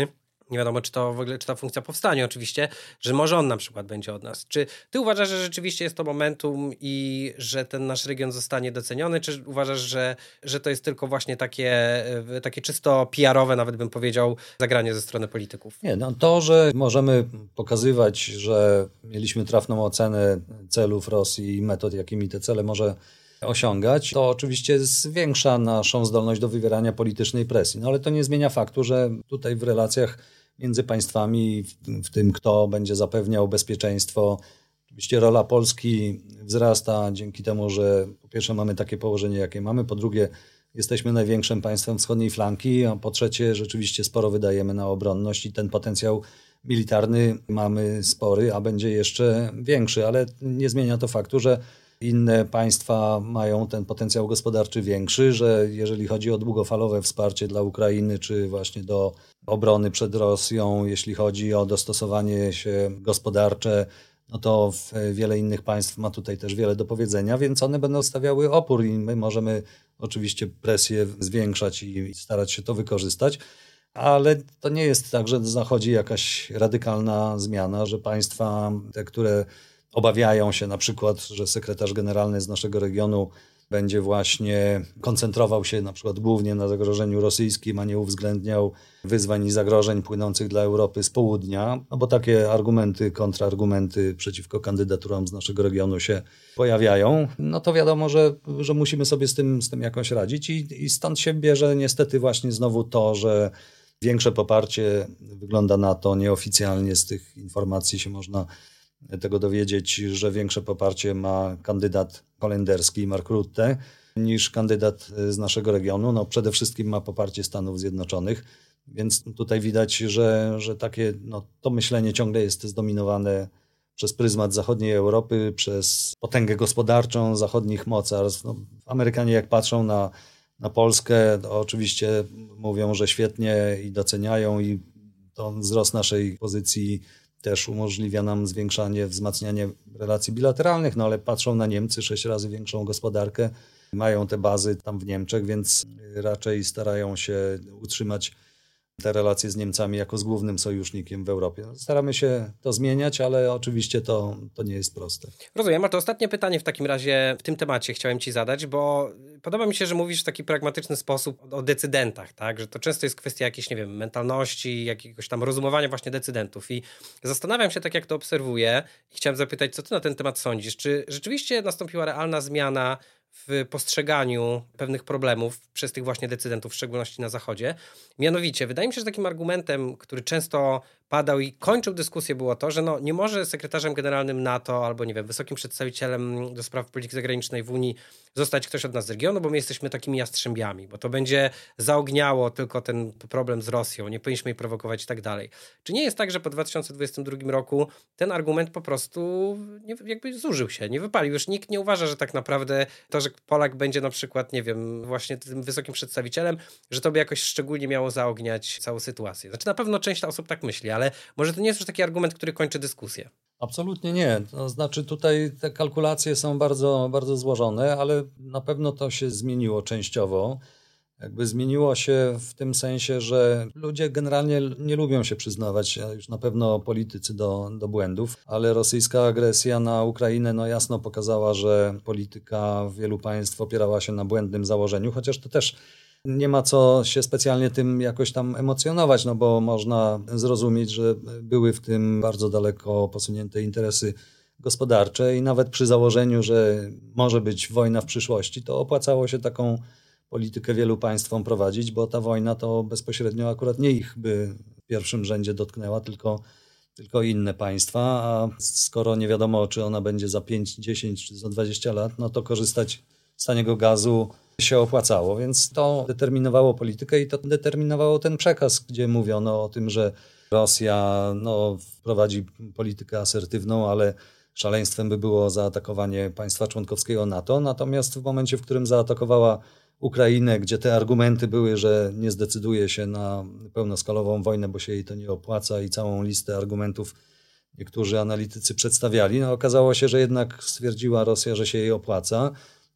Nie wiadomo, czy to w ogóle, czy ta funkcja powstanie oczywiście, że może on na przykład będzie od nas. Czy ty uważasz, że rzeczywiście jest to momentum i że ten nasz region zostanie doceniony, czy uważasz, że, że to jest tylko właśnie takie, takie czysto P R-owe, nawet bym powiedział, zagranie ze strony polityków? Nie, no to, że możemy pokazywać, że mieliśmy trafną ocenę celów Rosji i metod, jakimi te cele może osiągać, to oczywiście zwiększa naszą zdolność do wywierania politycznej presji. No ale to nie zmienia faktu, że tutaj w relacjach między państwami, w, w tym kto będzie zapewniał bezpieczeństwo, oczywiście rola Polski wzrasta dzięki temu, że po pierwsze mamy takie położenie, jakie mamy, po drugie jesteśmy największym państwem wschodniej flanki, a po trzecie rzeczywiście sporo wydajemy na obronność i ten potencjał militarny mamy spory, a będzie jeszcze większy, ale nie zmienia to faktu, że inne państwa mają ten potencjał gospodarczy większy, że jeżeli chodzi o długofalowe wsparcie dla Ukrainy, czy właśnie do obrony przed Rosją, jeśli chodzi o dostosowanie się gospodarcze, no to wiele innych państw ma tutaj też wiele do powiedzenia, więc one będą stawiały opór i my możemy oczywiście presję zwiększać i starać się to wykorzystać, ale to nie jest tak, że zachodzi jakaś radykalna zmiana, że państwa, te, które obawiają się na przykład, że sekretarz generalny z naszego regionu będzie właśnie koncentrował się na przykład głównie na zagrożeniu rosyjskim, a nie uwzględniał wyzwań i zagrożeń płynących dla Europy z południa, no bo takie argumenty, kontrargumenty przeciwko kandydaturom z naszego regionu się pojawiają, no to wiadomo, że, że musimy sobie z tym, z tym jakoś radzić i, i stąd się bierze niestety właśnie znowu to, że większe poparcie wygląda na to nieoficjalnie, z tych informacji się można tego dowiedzieć, że większe poparcie ma kandydat holenderski Mark Rutte niż kandydat z naszego regionu. No przede wszystkim ma poparcie Stanów Zjednoczonych, więc tutaj widać, że, że takie no, to myślenie ciągle jest zdominowane przez pryzmat zachodniej Europy, przez potęgę gospodarczą zachodnich mocarstw. No, Amerykanie jak patrzą na, na Polskę, to oczywiście mówią, że świetnie i doceniają i to wzrost naszej pozycji też umożliwia nam zwiększanie, wzmacnianie relacji bilateralnych, no ale patrzą na Niemcy, sześć razy większą gospodarkę, mają te bazy tam w Niemczech, więc raczej starają się utrzymać te relacje z Niemcami jako z głównym sojusznikiem w Europie. Staramy się to zmieniać, ale oczywiście to, to nie jest proste. Rozumiem, a to ostatnie pytanie w takim razie w tym temacie chciałem ci zadać, bo podoba mi się, że mówisz w taki pragmatyczny sposób o decydentach, tak? Że to często jest kwestia jakiejś, nie wiem, mentalności, jakiegoś tam rozumowania właśnie decydentów i zastanawiam się, tak jak to obserwuję i chciałem zapytać, co ty na ten temat sądzisz? Czy rzeczywiście nastąpiła realna zmiana w postrzeganiu pewnych problemów przez tych właśnie decydentów, w szczególności na Zachodzie? Mianowicie, wydaje mi się, że takim argumentem, który często padał i kończył dyskusję, było to, że no, nie może sekretarzem generalnym NATO albo, nie wiem, wysokim przedstawicielem do spraw polityki zagranicznej w Unii zostać ktoś od nas z regionu, bo my jesteśmy takimi jastrzębiami, bo to będzie zaogniało tylko ten problem z Rosją, nie powinniśmy jej prowokować i tak dalej. Czy nie jest tak, że po dwa tysiące dwudziestym drugim roku ten argument po prostu nie, jakby zużył się, nie wypalił? Już nikt nie uważa, że tak naprawdę to, że Polak będzie na przykład, nie wiem, właśnie tym wysokim przedstawicielem, że to by jakoś szczególnie miało zaogniać całą sytuację. Znaczy na pewno część osób tak myśli, ale może to nie jest już taki argument, który kończy dyskusję. Absolutnie nie. To znaczy tutaj te kalkulacje są bardzo, bardzo złożone, ale na pewno to się zmieniło częściowo. Jakby zmieniło się w tym sensie, że ludzie generalnie nie lubią się przyznawać, już na pewno politycy, do, do błędów, ale rosyjska agresja na Ukrainę no jasno pokazała, że polityka wielu państw opierała się na błędnym założeniu, chociaż to też nie ma co się specjalnie tym jakoś tam emocjonować, no bo można zrozumieć, że były w tym bardzo daleko posunięte interesy gospodarcze i nawet przy założeniu, że może być wojna w przyszłości, to opłacało się taką politykę wielu państwom prowadzić, bo ta wojna to bezpośrednio akurat nie ich by w pierwszym rzędzie dotknęła, tylko, tylko inne państwa, a skoro nie wiadomo, czy ona będzie za pięć, dziesięć czy za dwadzieścia lat, no to korzystać z taniego gazu się opłacało, więc to determinowało politykę i to determinowało ten przekaz, gdzie mówiono o tym, że Rosja no, prowadzi politykę asertywną, ale szaleństwem by było zaatakowanie państwa członkowskiego NATO, natomiast w momencie, w którym zaatakowała Ukrainę, gdzie te argumenty były, że nie zdecyduje się na pełnoskalową wojnę, bo się jej to nie opłaca i całą listę argumentów niektórzy analitycy przedstawiali, no okazało się, że jednak stwierdziła Rosja, że się jej opłaca.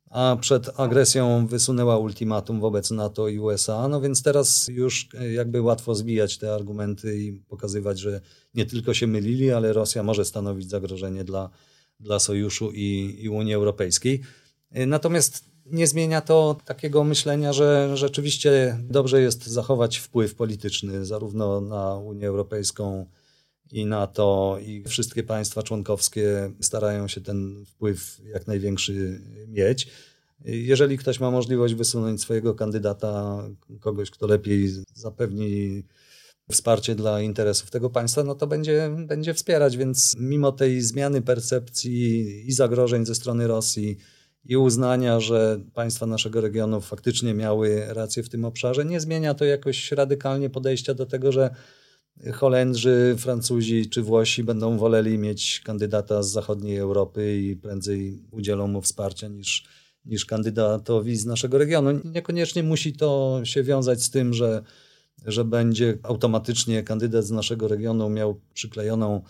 a przed agresją wysunęła ultimatum wobec NATO i U S A, no więc teraz już jakby łatwo zbijać te argumenty i pokazywać, że nie tylko się mylili, ale Rosja może stanowić zagrożenie dla, dla Sojuszu i, i Unii Europejskiej. Natomiast nie zmienia to takiego myślenia, że rzeczywiście dobrze jest zachować wpływ polityczny zarówno na Unię Europejską i NATO, i wszystkie państwa członkowskie starają się ten wpływ jak największy mieć. Jeżeli ktoś ma możliwość wysunąć swojego kandydata, kogoś, kto lepiej zapewni wsparcie dla interesów tego państwa, no to będzie, będzie wspierać. Więc mimo tej zmiany percepcji i zagrożeń ze strony Rosji i uznania, że państwa naszego regionu faktycznie miały rację w tym obszarze, nie zmienia to jakoś radykalnie podejścia do tego, że Holendrzy, Francuzi czy Włosi będą woleli mieć kandydata z zachodniej Europy i prędzej udzielą mu wsparcia niż, niż kandydatowi z naszego regionu. Niekoniecznie musi to się wiązać z tym, że, że będzie automatycznie kandydat z naszego regionu miał przyklejoną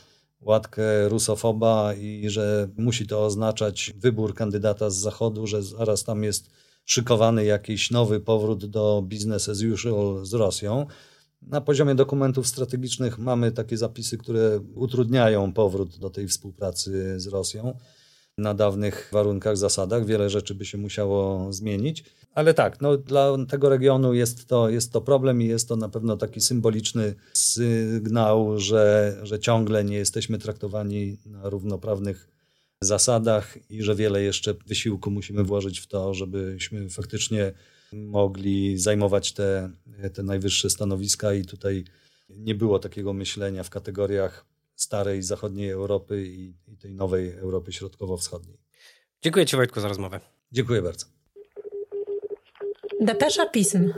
łatkę rusofoba i że musi to oznaczać wybór kandydata z zachodu, że zaraz tam jest szykowany jakiś nowy powrót do business as usual z Rosją. Na poziomie dokumentów strategicznych mamy takie zapisy, które utrudniają powrót do tej współpracy z Rosją na dawnych warunkach, zasadach. Wiele rzeczy by się musiało zmienić. Ale tak, no, dla tego regionu jest to, jest to problem i jest to na pewno taki symboliczny sygnał, że, że ciągle nie jesteśmy traktowani na równoprawnych zasadach i że wiele jeszcze wysiłku musimy włożyć w to, żebyśmy faktycznie mogli zajmować te, te najwyższe stanowiska i tutaj nie było takiego myślenia w kategoriach starej zachodniej Europy i, i tej nowej Europy Środkowo-Wschodniej. Dziękuję Ci, Wojtku, za rozmowę. Dziękuję bardzo. Depesza Pism.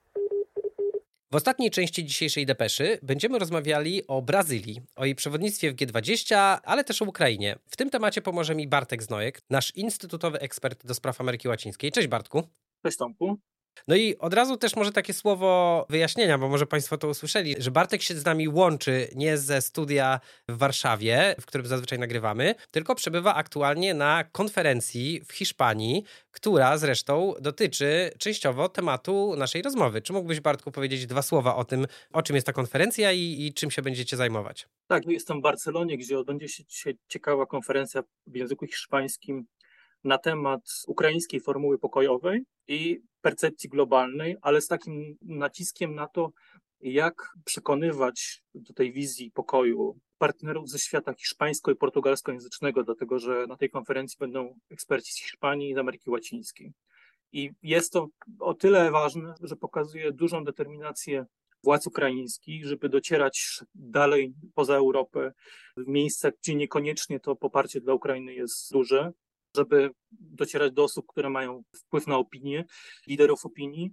W ostatniej części dzisiejszej depeszy będziemy rozmawiali o Brazylii, o jej przewodnictwie w G dwadzieścia, ale też o Ukrainie. W tym temacie pomoże mi Bartek Znojek, nasz instytutowy ekspert do spraw Ameryki Łacińskiej. Cześć, Bartku. Cześć, Tomku. No i od razu też może takie słowo wyjaśnienia, bo może Państwo to usłyszeli, że Bartek się z nami łączy nie ze studia w Warszawie, w którym zazwyczaj nagrywamy, tylko przebywa aktualnie na konferencji w Hiszpanii, która zresztą dotyczy częściowo tematu naszej rozmowy. Czy mógłbyś, Bartku, powiedzieć dwa słowa o tym, o czym jest ta konferencja i, i czym się będziecie zajmować? Tak, jestem w Barcelonie, gdzie odbędzie się dzisiaj ciekawa konferencja w języku hiszpańskim na temat ukraińskiej formuły pokojowej i percepcji globalnej, ale z takim naciskiem na to, jak przekonywać do tej wizji pokoju partnerów ze świata hiszpańsko- i portugalskojęzycznego, dlatego że na tej konferencji będą eksperci z Hiszpanii i z Ameryki Łacińskiej. I jest to o tyle ważne, że pokazuje dużą determinację władz ukraińskich, żeby docierać dalej poza Europę, w miejscach, gdzie niekoniecznie to poparcie dla Ukrainy jest duże, żeby docierać do osób, które mają wpływ na opinię, liderów opinii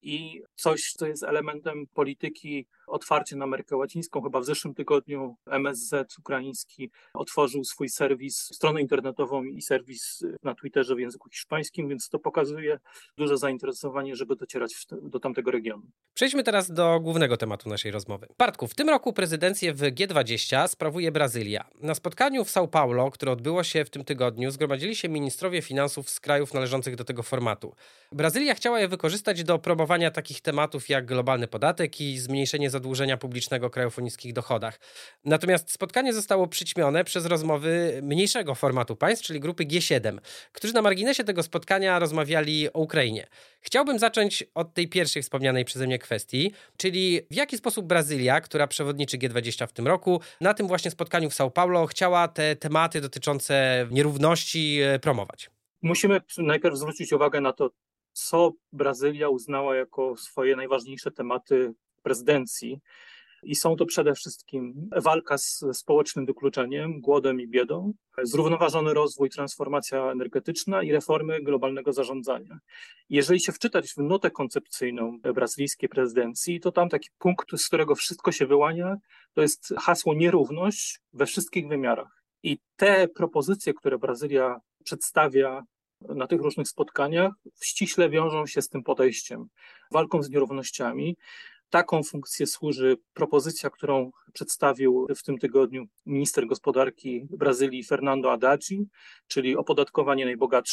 i coś, co jest elementem polityki otwarcie na Amerykę Łacińską. Chyba w zeszłym tygodniu M S Z ukraiński otworzył swój serwis, stronę internetową i serwis na Twitterze w języku hiszpańskim, więc to pokazuje duże zainteresowanie, żeby docierać do tamtego regionu. Przejdźmy teraz do głównego tematu naszej rozmowy. Bartku, w tym roku prezydencję w G dwadzieścia sprawuje Brazylia. Na spotkaniu w São Paulo, które odbyło się w tym tygodniu, zgromadzili się ministrowie finansów z krajów należących do tego formatu. Brazylia chciała je wykorzystać do promowania takich tematów jak globalny podatek i zmniejszenie zadłużenia publicznego krajów o niskich dochodach. Natomiast spotkanie zostało przyćmione przez rozmowy mniejszego formatu państw, czyli grupy G siedem, którzy na marginesie tego spotkania rozmawiali o Ukrainie. Chciałbym zacząć od tej pierwszej wspomnianej przeze mnie kwestii, czyli w jaki sposób Brazylia, która przewodniczy G dwadzieścia w tym roku, na tym właśnie spotkaniu w São Paulo chciała te tematy dotyczące nierówności promować. Musimy najpierw zwrócić uwagę na to, co Brazylia uznała jako swoje najważniejsze tematy prezydencji. I są to przede wszystkim walka z społecznym wykluczeniem, głodem i biedą, zrównoważony rozwój, transformacja energetyczna i reformy globalnego zarządzania. Jeżeli się wczytać w notę koncepcyjną brazylijskiej prezydencji, to tam taki punkt, z którego wszystko się wyłania, to jest hasło nierówność we wszystkich wymiarach. I te propozycje, które Brazylia przedstawia na tych różnych spotkaniach, ściśle wiążą się z tym podejściem, walką z nierównościami. Taką funkcję służy propozycja, którą przedstawił w tym tygodniu minister gospodarki Brazylii Fernando Haddad, czyli opodatkowanie najbogatszych.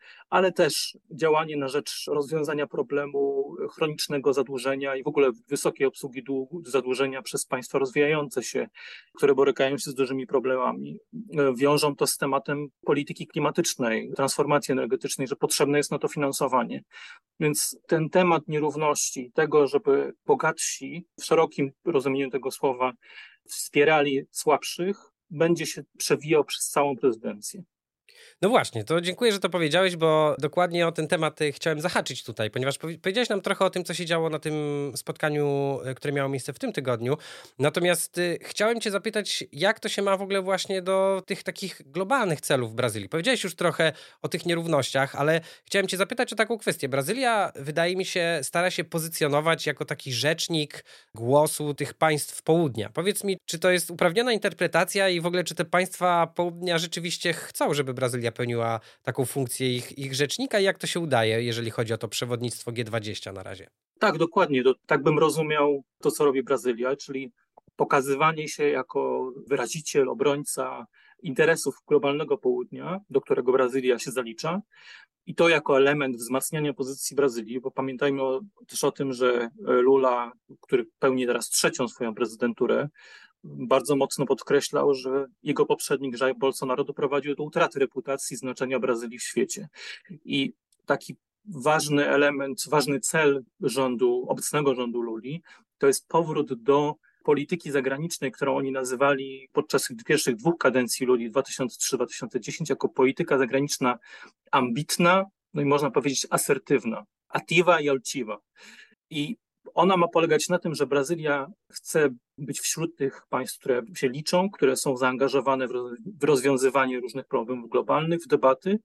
ale też działanie na rzecz rozwiązania problemu chronicznego zadłużenia i w ogóle wysokiej obsługi długu, zadłużenia przez państwa rozwijające się, które borykają się z dużymi problemami. Wiążą to z tematem polityki klimatycznej, transformacji energetycznej, że potrzebne jest na to finansowanie. Więc ten temat nierówności, tego, żeby bogatsi w szerokim rozumieniu tego słowa wspierali słabszych, będzie się przewijał przez całą prezydencję. No właśnie, to dziękuję, że to powiedziałeś, bo dokładnie o ten temat chciałem zahaczyć tutaj, ponieważ powiedziałeś nam trochę o tym, co się działo na tym spotkaniu, które miało miejsce w tym tygodniu. Natomiast y, chciałem cię zapytać, jak to się ma w ogóle właśnie do tych takich globalnych celów Brazylii. Powiedziałeś już trochę o tych nierównościach, ale chciałem cię zapytać o taką kwestię. Brazylia, wydaje mi się, stara się pozycjonować jako taki rzecznik głosu tych państw południa. Powiedz mi, czy to jest uprawniona interpretacja i w ogóle czy te państwa południa rzeczywiście chcą, żeby Brazylia pełniła taką funkcję ich, ich rzecznika i jak to się udaje, jeżeli chodzi o to przewodnictwo G dwadzieścia na razie? Tak, dokładnie. Do, tak bym rozumiał to, co robi Brazylia, czyli pokazywanie się jako wyraziciel, obrońca interesów globalnego południa, do którego Brazylia się zalicza, i to jako element wzmacniania pozycji Brazylii, bo pamiętajmy o, też o tym, że Lula, który pełni teraz trzecią swoją prezydenturę, bardzo mocno podkreślał, że jego poprzednik Jair Bolsonaro doprowadził do utraty reputacji i znaczenia Brazylii w świecie. I taki ważny element, ważny cel rządu, obecnego rządu Luli, to jest powrót do polityki zagranicznej, którą oni nazywali podczas pierwszych dwóch kadencji Luli dwa tysiące trzy do dwa tysiące dziesiątego jako polityka zagraniczna ambitna, no i można powiedzieć asertywna, ativa i altiva. I ona ma polegać na tym, że Brazylia chce być wśród tych państw, które się liczą, które są zaangażowane w rozwiązywanie różnych problemów globalnych, w debaty,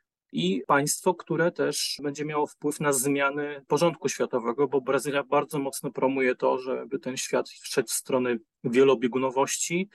i państwo, które też będzie miało wpływ na zmiany porządku światowego, bo Brazylia bardzo mocno promuje to, żeby ten świat szedł w stronę wielobiegunowości,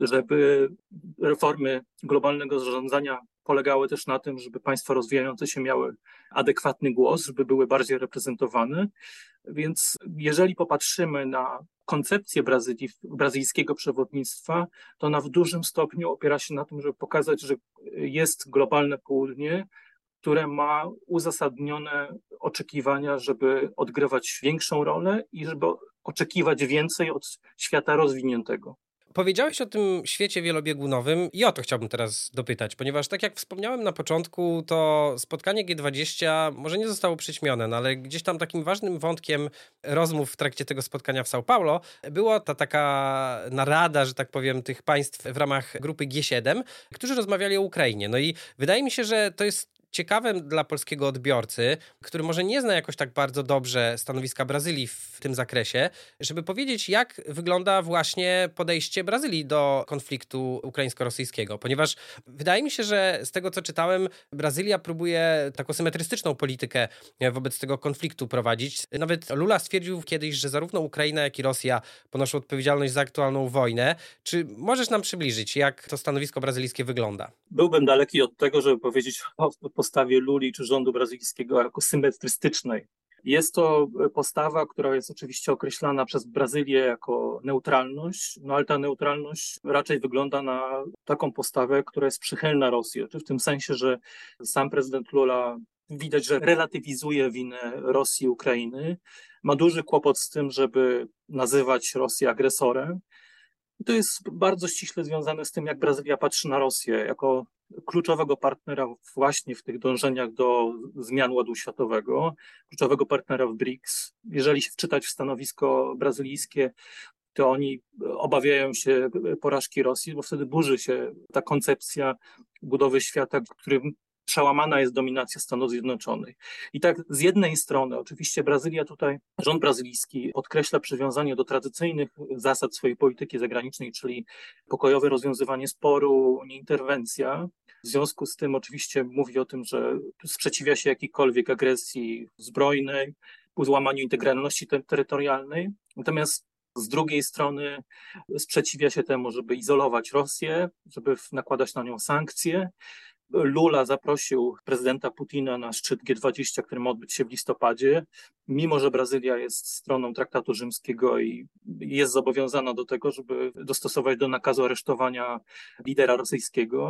żeby reformy globalnego zarządzania polegały też na tym, żeby państwa rozwijające się miały adekwatny głos, żeby były bardziej reprezentowane. Więc jeżeli popatrzymy na koncepcję Brazylii, brazylijskiego przewodnictwa, to ona w dużym stopniu opiera się na tym, żeby pokazać, że jest globalne południe, które ma uzasadnione oczekiwania, żeby odgrywać większą rolę i żeby oczekiwać więcej od świata rozwiniętego. Powiedziałeś o tym świecie wielobiegunowym i o to chciałbym teraz dopytać, ponieważ tak jak wspomniałem na początku, to spotkanie G dwadzieścia może nie zostało przyćmione, no ale gdzieś tam takim ważnym wątkiem rozmów w trakcie tego spotkania w São Paulo była ta taka narada, że tak powiem, tych państw w ramach grupy G siedem, którzy rozmawiali o Ukrainie. No i wydaje mi się, że to jest ciekawe dla polskiego odbiorcy, który może nie zna jakoś tak bardzo dobrze stanowiska Brazylii w tym zakresie, żeby powiedzieć, jak wygląda właśnie podejście Brazylii do konfliktu ukraińsko-rosyjskiego, ponieważ wydaje mi się, że z tego, co czytałem, Brazylia próbuje taką symetrystyczną politykę wobec tego konfliktu prowadzić. Nawet Lula stwierdził kiedyś, że zarówno Ukraina, jak i Rosja ponoszą odpowiedzialność za aktualną wojnę. Czy możesz nam przybliżyć, jak to stanowisko brazylijskie wygląda? Byłbym daleki od tego, żeby powiedzieć o postawie Luli czy rządu brazylijskiego jako symetrystycznej. Jest to postawa, która jest oczywiście określana przez Brazylię jako neutralność, no ale ta neutralność raczej wygląda na taką postawę, która jest przychylna Rosji, w tym sensie, że sam prezydent Lula widać, że relatywizuje winę Rosji i Ukrainy, ma duży kłopot z tym, żeby nazywać Rosję agresorem. I to jest bardzo ściśle związane z tym, jak Brazylia patrzy na Rosję jako kluczowego partnera właśnie w tych dążeniach do zmian ładu światowego, kluczowego partnera w B R I C S. Jeżeli się wczytać w stanowisko brazylijskie, to oni obawiają się porażki Rosji, bo wtedy burzy się ta koncepcja budowy świata, w którym przełamana jest dominacja Stanów Zjednoczonych. I tak z jednej strony oczywiście Brazylia tutaj, rząd brazylijski podkreśla przywiązanie do tradycyjnych zasad swojej polityki zagranicznej, czyli pokojowe rozwiązywanie sporu, nieinterwencja. W związku z tym oczywiście mówi o tym, że sprzeciwia się jakiejkolwiek agresji zbrojnej, złamaniu integralności terytorialnej. Natomiast z drugiej strony sprzeciwia się temu, żeby izolować Rosję, żeby nakładać na nią sankcje. Lula zaprosił prezydenta Putina na szczyt G dwadzieścia, który ma odbyć się w listopadzie, mimo że Brazylia jest stroną traktatu rzymskiego i jest zobowiązana do tego, żeby dostosować do nakazu aresztowania lidera rosyjskiego.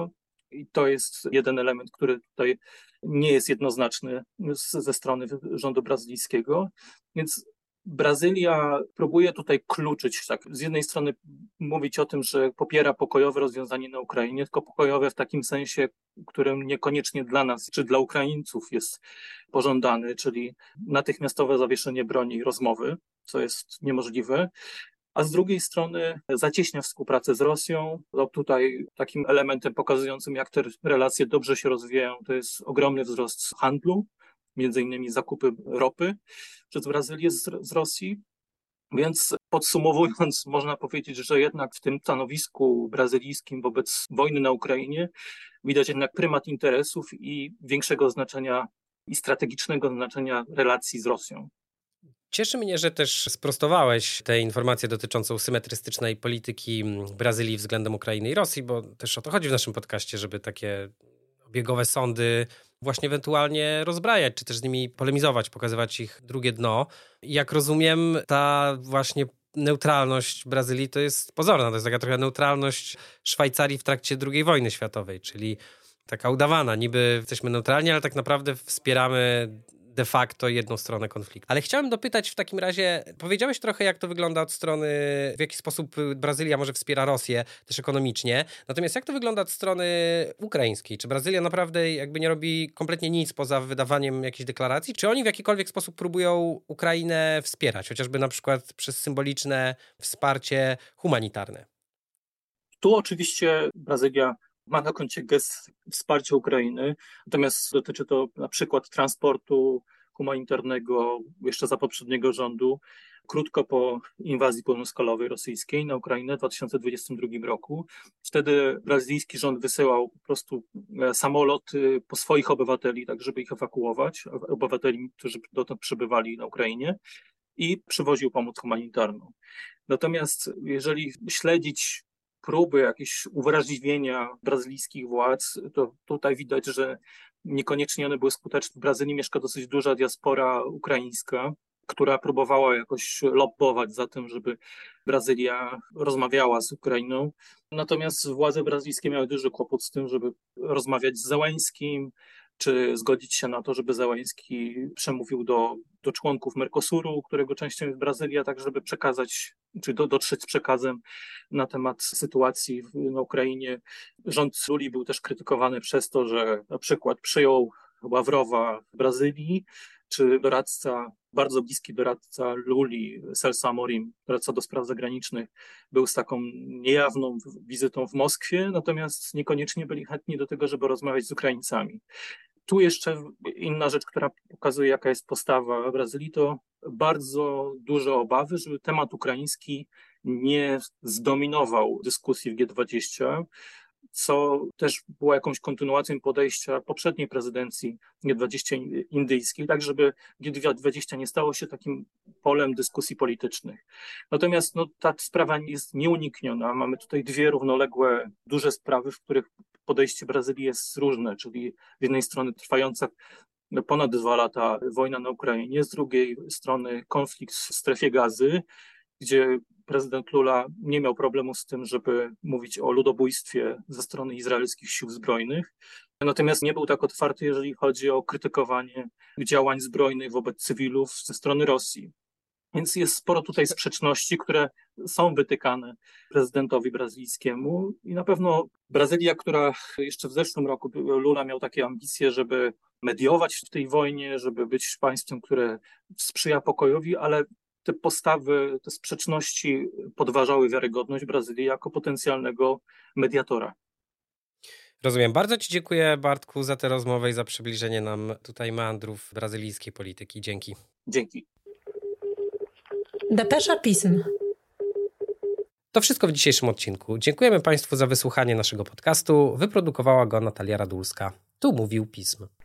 I to jest jeden element, który tutaj nie jest jednoznaczny z, ze strony rządu brazylijskiego. Więc Brazylia próbuje tutaj kluczyć, tak, z jednej strony mówić o tym, że popiera pokojowe rozwiązanie na Ukrainie, tylko pokojowe w takim sensie, którym niekoniecznie dla nas czy dla Ukraińców jest pożądany, czyli natychmiastowe zawieszenie broni i rozmowy, co jest niemożliwe. A z drugiej strony zacieśnia współpracę z Rosją. No tutaj takim elementem pokazującym, jak te relacje dobrze się rozwijają, to jest ogromny wzrost handlu, między innymi zakupy ropy przez Brazylię z, z Rosji. Więc podsumowując, można powiedzieć, że jednak w tym stanowisku brazylijskim wobec wojny na Ukrainie widać jednak prymat interesów i większego znaczenia i strategicznego znaczenia relacji z Rosją. Cieszy mnie, że też sprostowałeś tę informację dotyczącą symetrystycznej polityki Brazylii względem Ukrainy i Rosji, bo też o to chodzi w naszym podcaście, żeby takie obiegowe sądy właśnie ewentualnie rozbrajać, czy też z nimi polemizować, pokazywać ich drugie dno. I jak rozumiem, ta właśnie neutralność Brazylii to jest pozorna, to jest taka trochę neutralność Szwajcarii w trakcie drugiej wojny światowej, czyli taka udawana, niby jesteśmy neutralni, ale tak naprawdę wspieramy de facto jedną stronę konfliktu. Ale chciałem dopytać w takim razie, powiedziałeś trochę, jak to wygląda od strony, w jaki sposób Brazylia może wspiera Rosję też ekonomicznie, natomiast jak to wygląda od strony ukraińskiej? Czy Brazylia naprawdę jakby nie robi kompletnie nic poza wydawaniem jakichś deklaracji? Czy oni w jakikolwiek sposób próbują Ukrainę wspierać, chociażby na przykład przez symboliczne wsparcie humanitarne? Tu oczywiście Brazylia ma na koncie gest wsparcia Ukrainy, natomiast dotyczy to na przykład transportu humanitarnego jeszcze za poprzedniego rządu, krótko po inwazji pełnoskalowej rosyjskiej na Ukrainę w dwa tysiące dwudziestym drugim roku. Wtedy brazylijski rząd wysyłał po prostu samoloty po swoich obywateli, tak żeby ich ewakuować, obywateli, którzy dotąd przebywali na Ukrainie, i przywoził pomoc humanitarną. Natomiast jeżeli śledzić próby jakieś uwrażliwienia brazylijskich władz, to tutaj widać, że niekoniecznie one były skuteczne. W Brazylii mieszka dosyć duża diaspora ukraińska, która próbowała jakoś lobbować za tym, żeby Brazylia rozmawiała z Ukrainą. Natomiast władze brazylijskie miały duży kłopot z tym, żeby rozmawiać z Zełenskim, czy zgodzić się na to, żeby Zełenski przemówił do, do członków Mercosuru, którego częścią jest Brazylia, tak żeby przekazać, czy do, dotrzeć z przekazem na temat sytuacji w, na Ukrainie. Rząd Luli był też krytykowany przez to, że na przykład przyjął Ławrowa w Brazylii, czy doradca, bardzo bliski doradca Luli, Celso Amorim, doradca do spraw zagranicznych, był z taką niejawną wizytą w Moskwie, natomiast niekoniecznie byli chętni do tego, żeby rozmawiać z Ukraińcami. Tu jeszcze inna rzecz, która pokazuje, jaka jest postawa Brazylii, to bardzo duże obawy, żeby temat ukraiński nie zdominował dyskusji w G dwadzieścia, co też było jakąś kontynuacją podejścia poprzedniej prezydencji G dwadzieścia indyjskiej, tak żeby G dwadzieścia nie stało się takim polem dyskusji politycznych. Natomiast no, ta sprawa jest nieunikniona. Mamy tutaj dwie równoległe, duże sprawy, w których podejście Brazylii jest różne, czyli z jednej strony trwająca ponad dwa lata wojna na Ukrainie, z drugiej strony konflikt w strefie Gazy, gdzie prezydent Lula nie miał problemu z tym, żeby mówić o ludobójstwie ze strony izraelskich sił zbrojnych. Natomiast nie był tak otwarty, jeżeli chodzi o krytykowanie działań zbrojnych wobec cywilów ze strony Rosji. Więc jest sporo tutaj sprzeczności, które są wytykane prezydentowi brazylijskiemu i na pewno Brazylia, która jeszcze w zeszłym roku Lula miał takie ambicje, żeby mediować w tej wojnie, żeby być państwem, które sprzyja pokojowi, ale te postawy, te sprzeczności podważały wiarygodność Brazylii jako potencjalnego mediatora. Rozumiem. Bardzo Ci dziękuję, Bartku, za tę rozmowę i za przybliżenie nam tutaj meandrów brazylijskiej polityki. Dzięki. Dzięki. Depesza Pism. To wszystko w dzisiejszym odcinku. Dziękujemy Państwu za wysłuchanie naszego podcastu. Wyprodukowała go Natalia Radulska. Tu mówił Pism.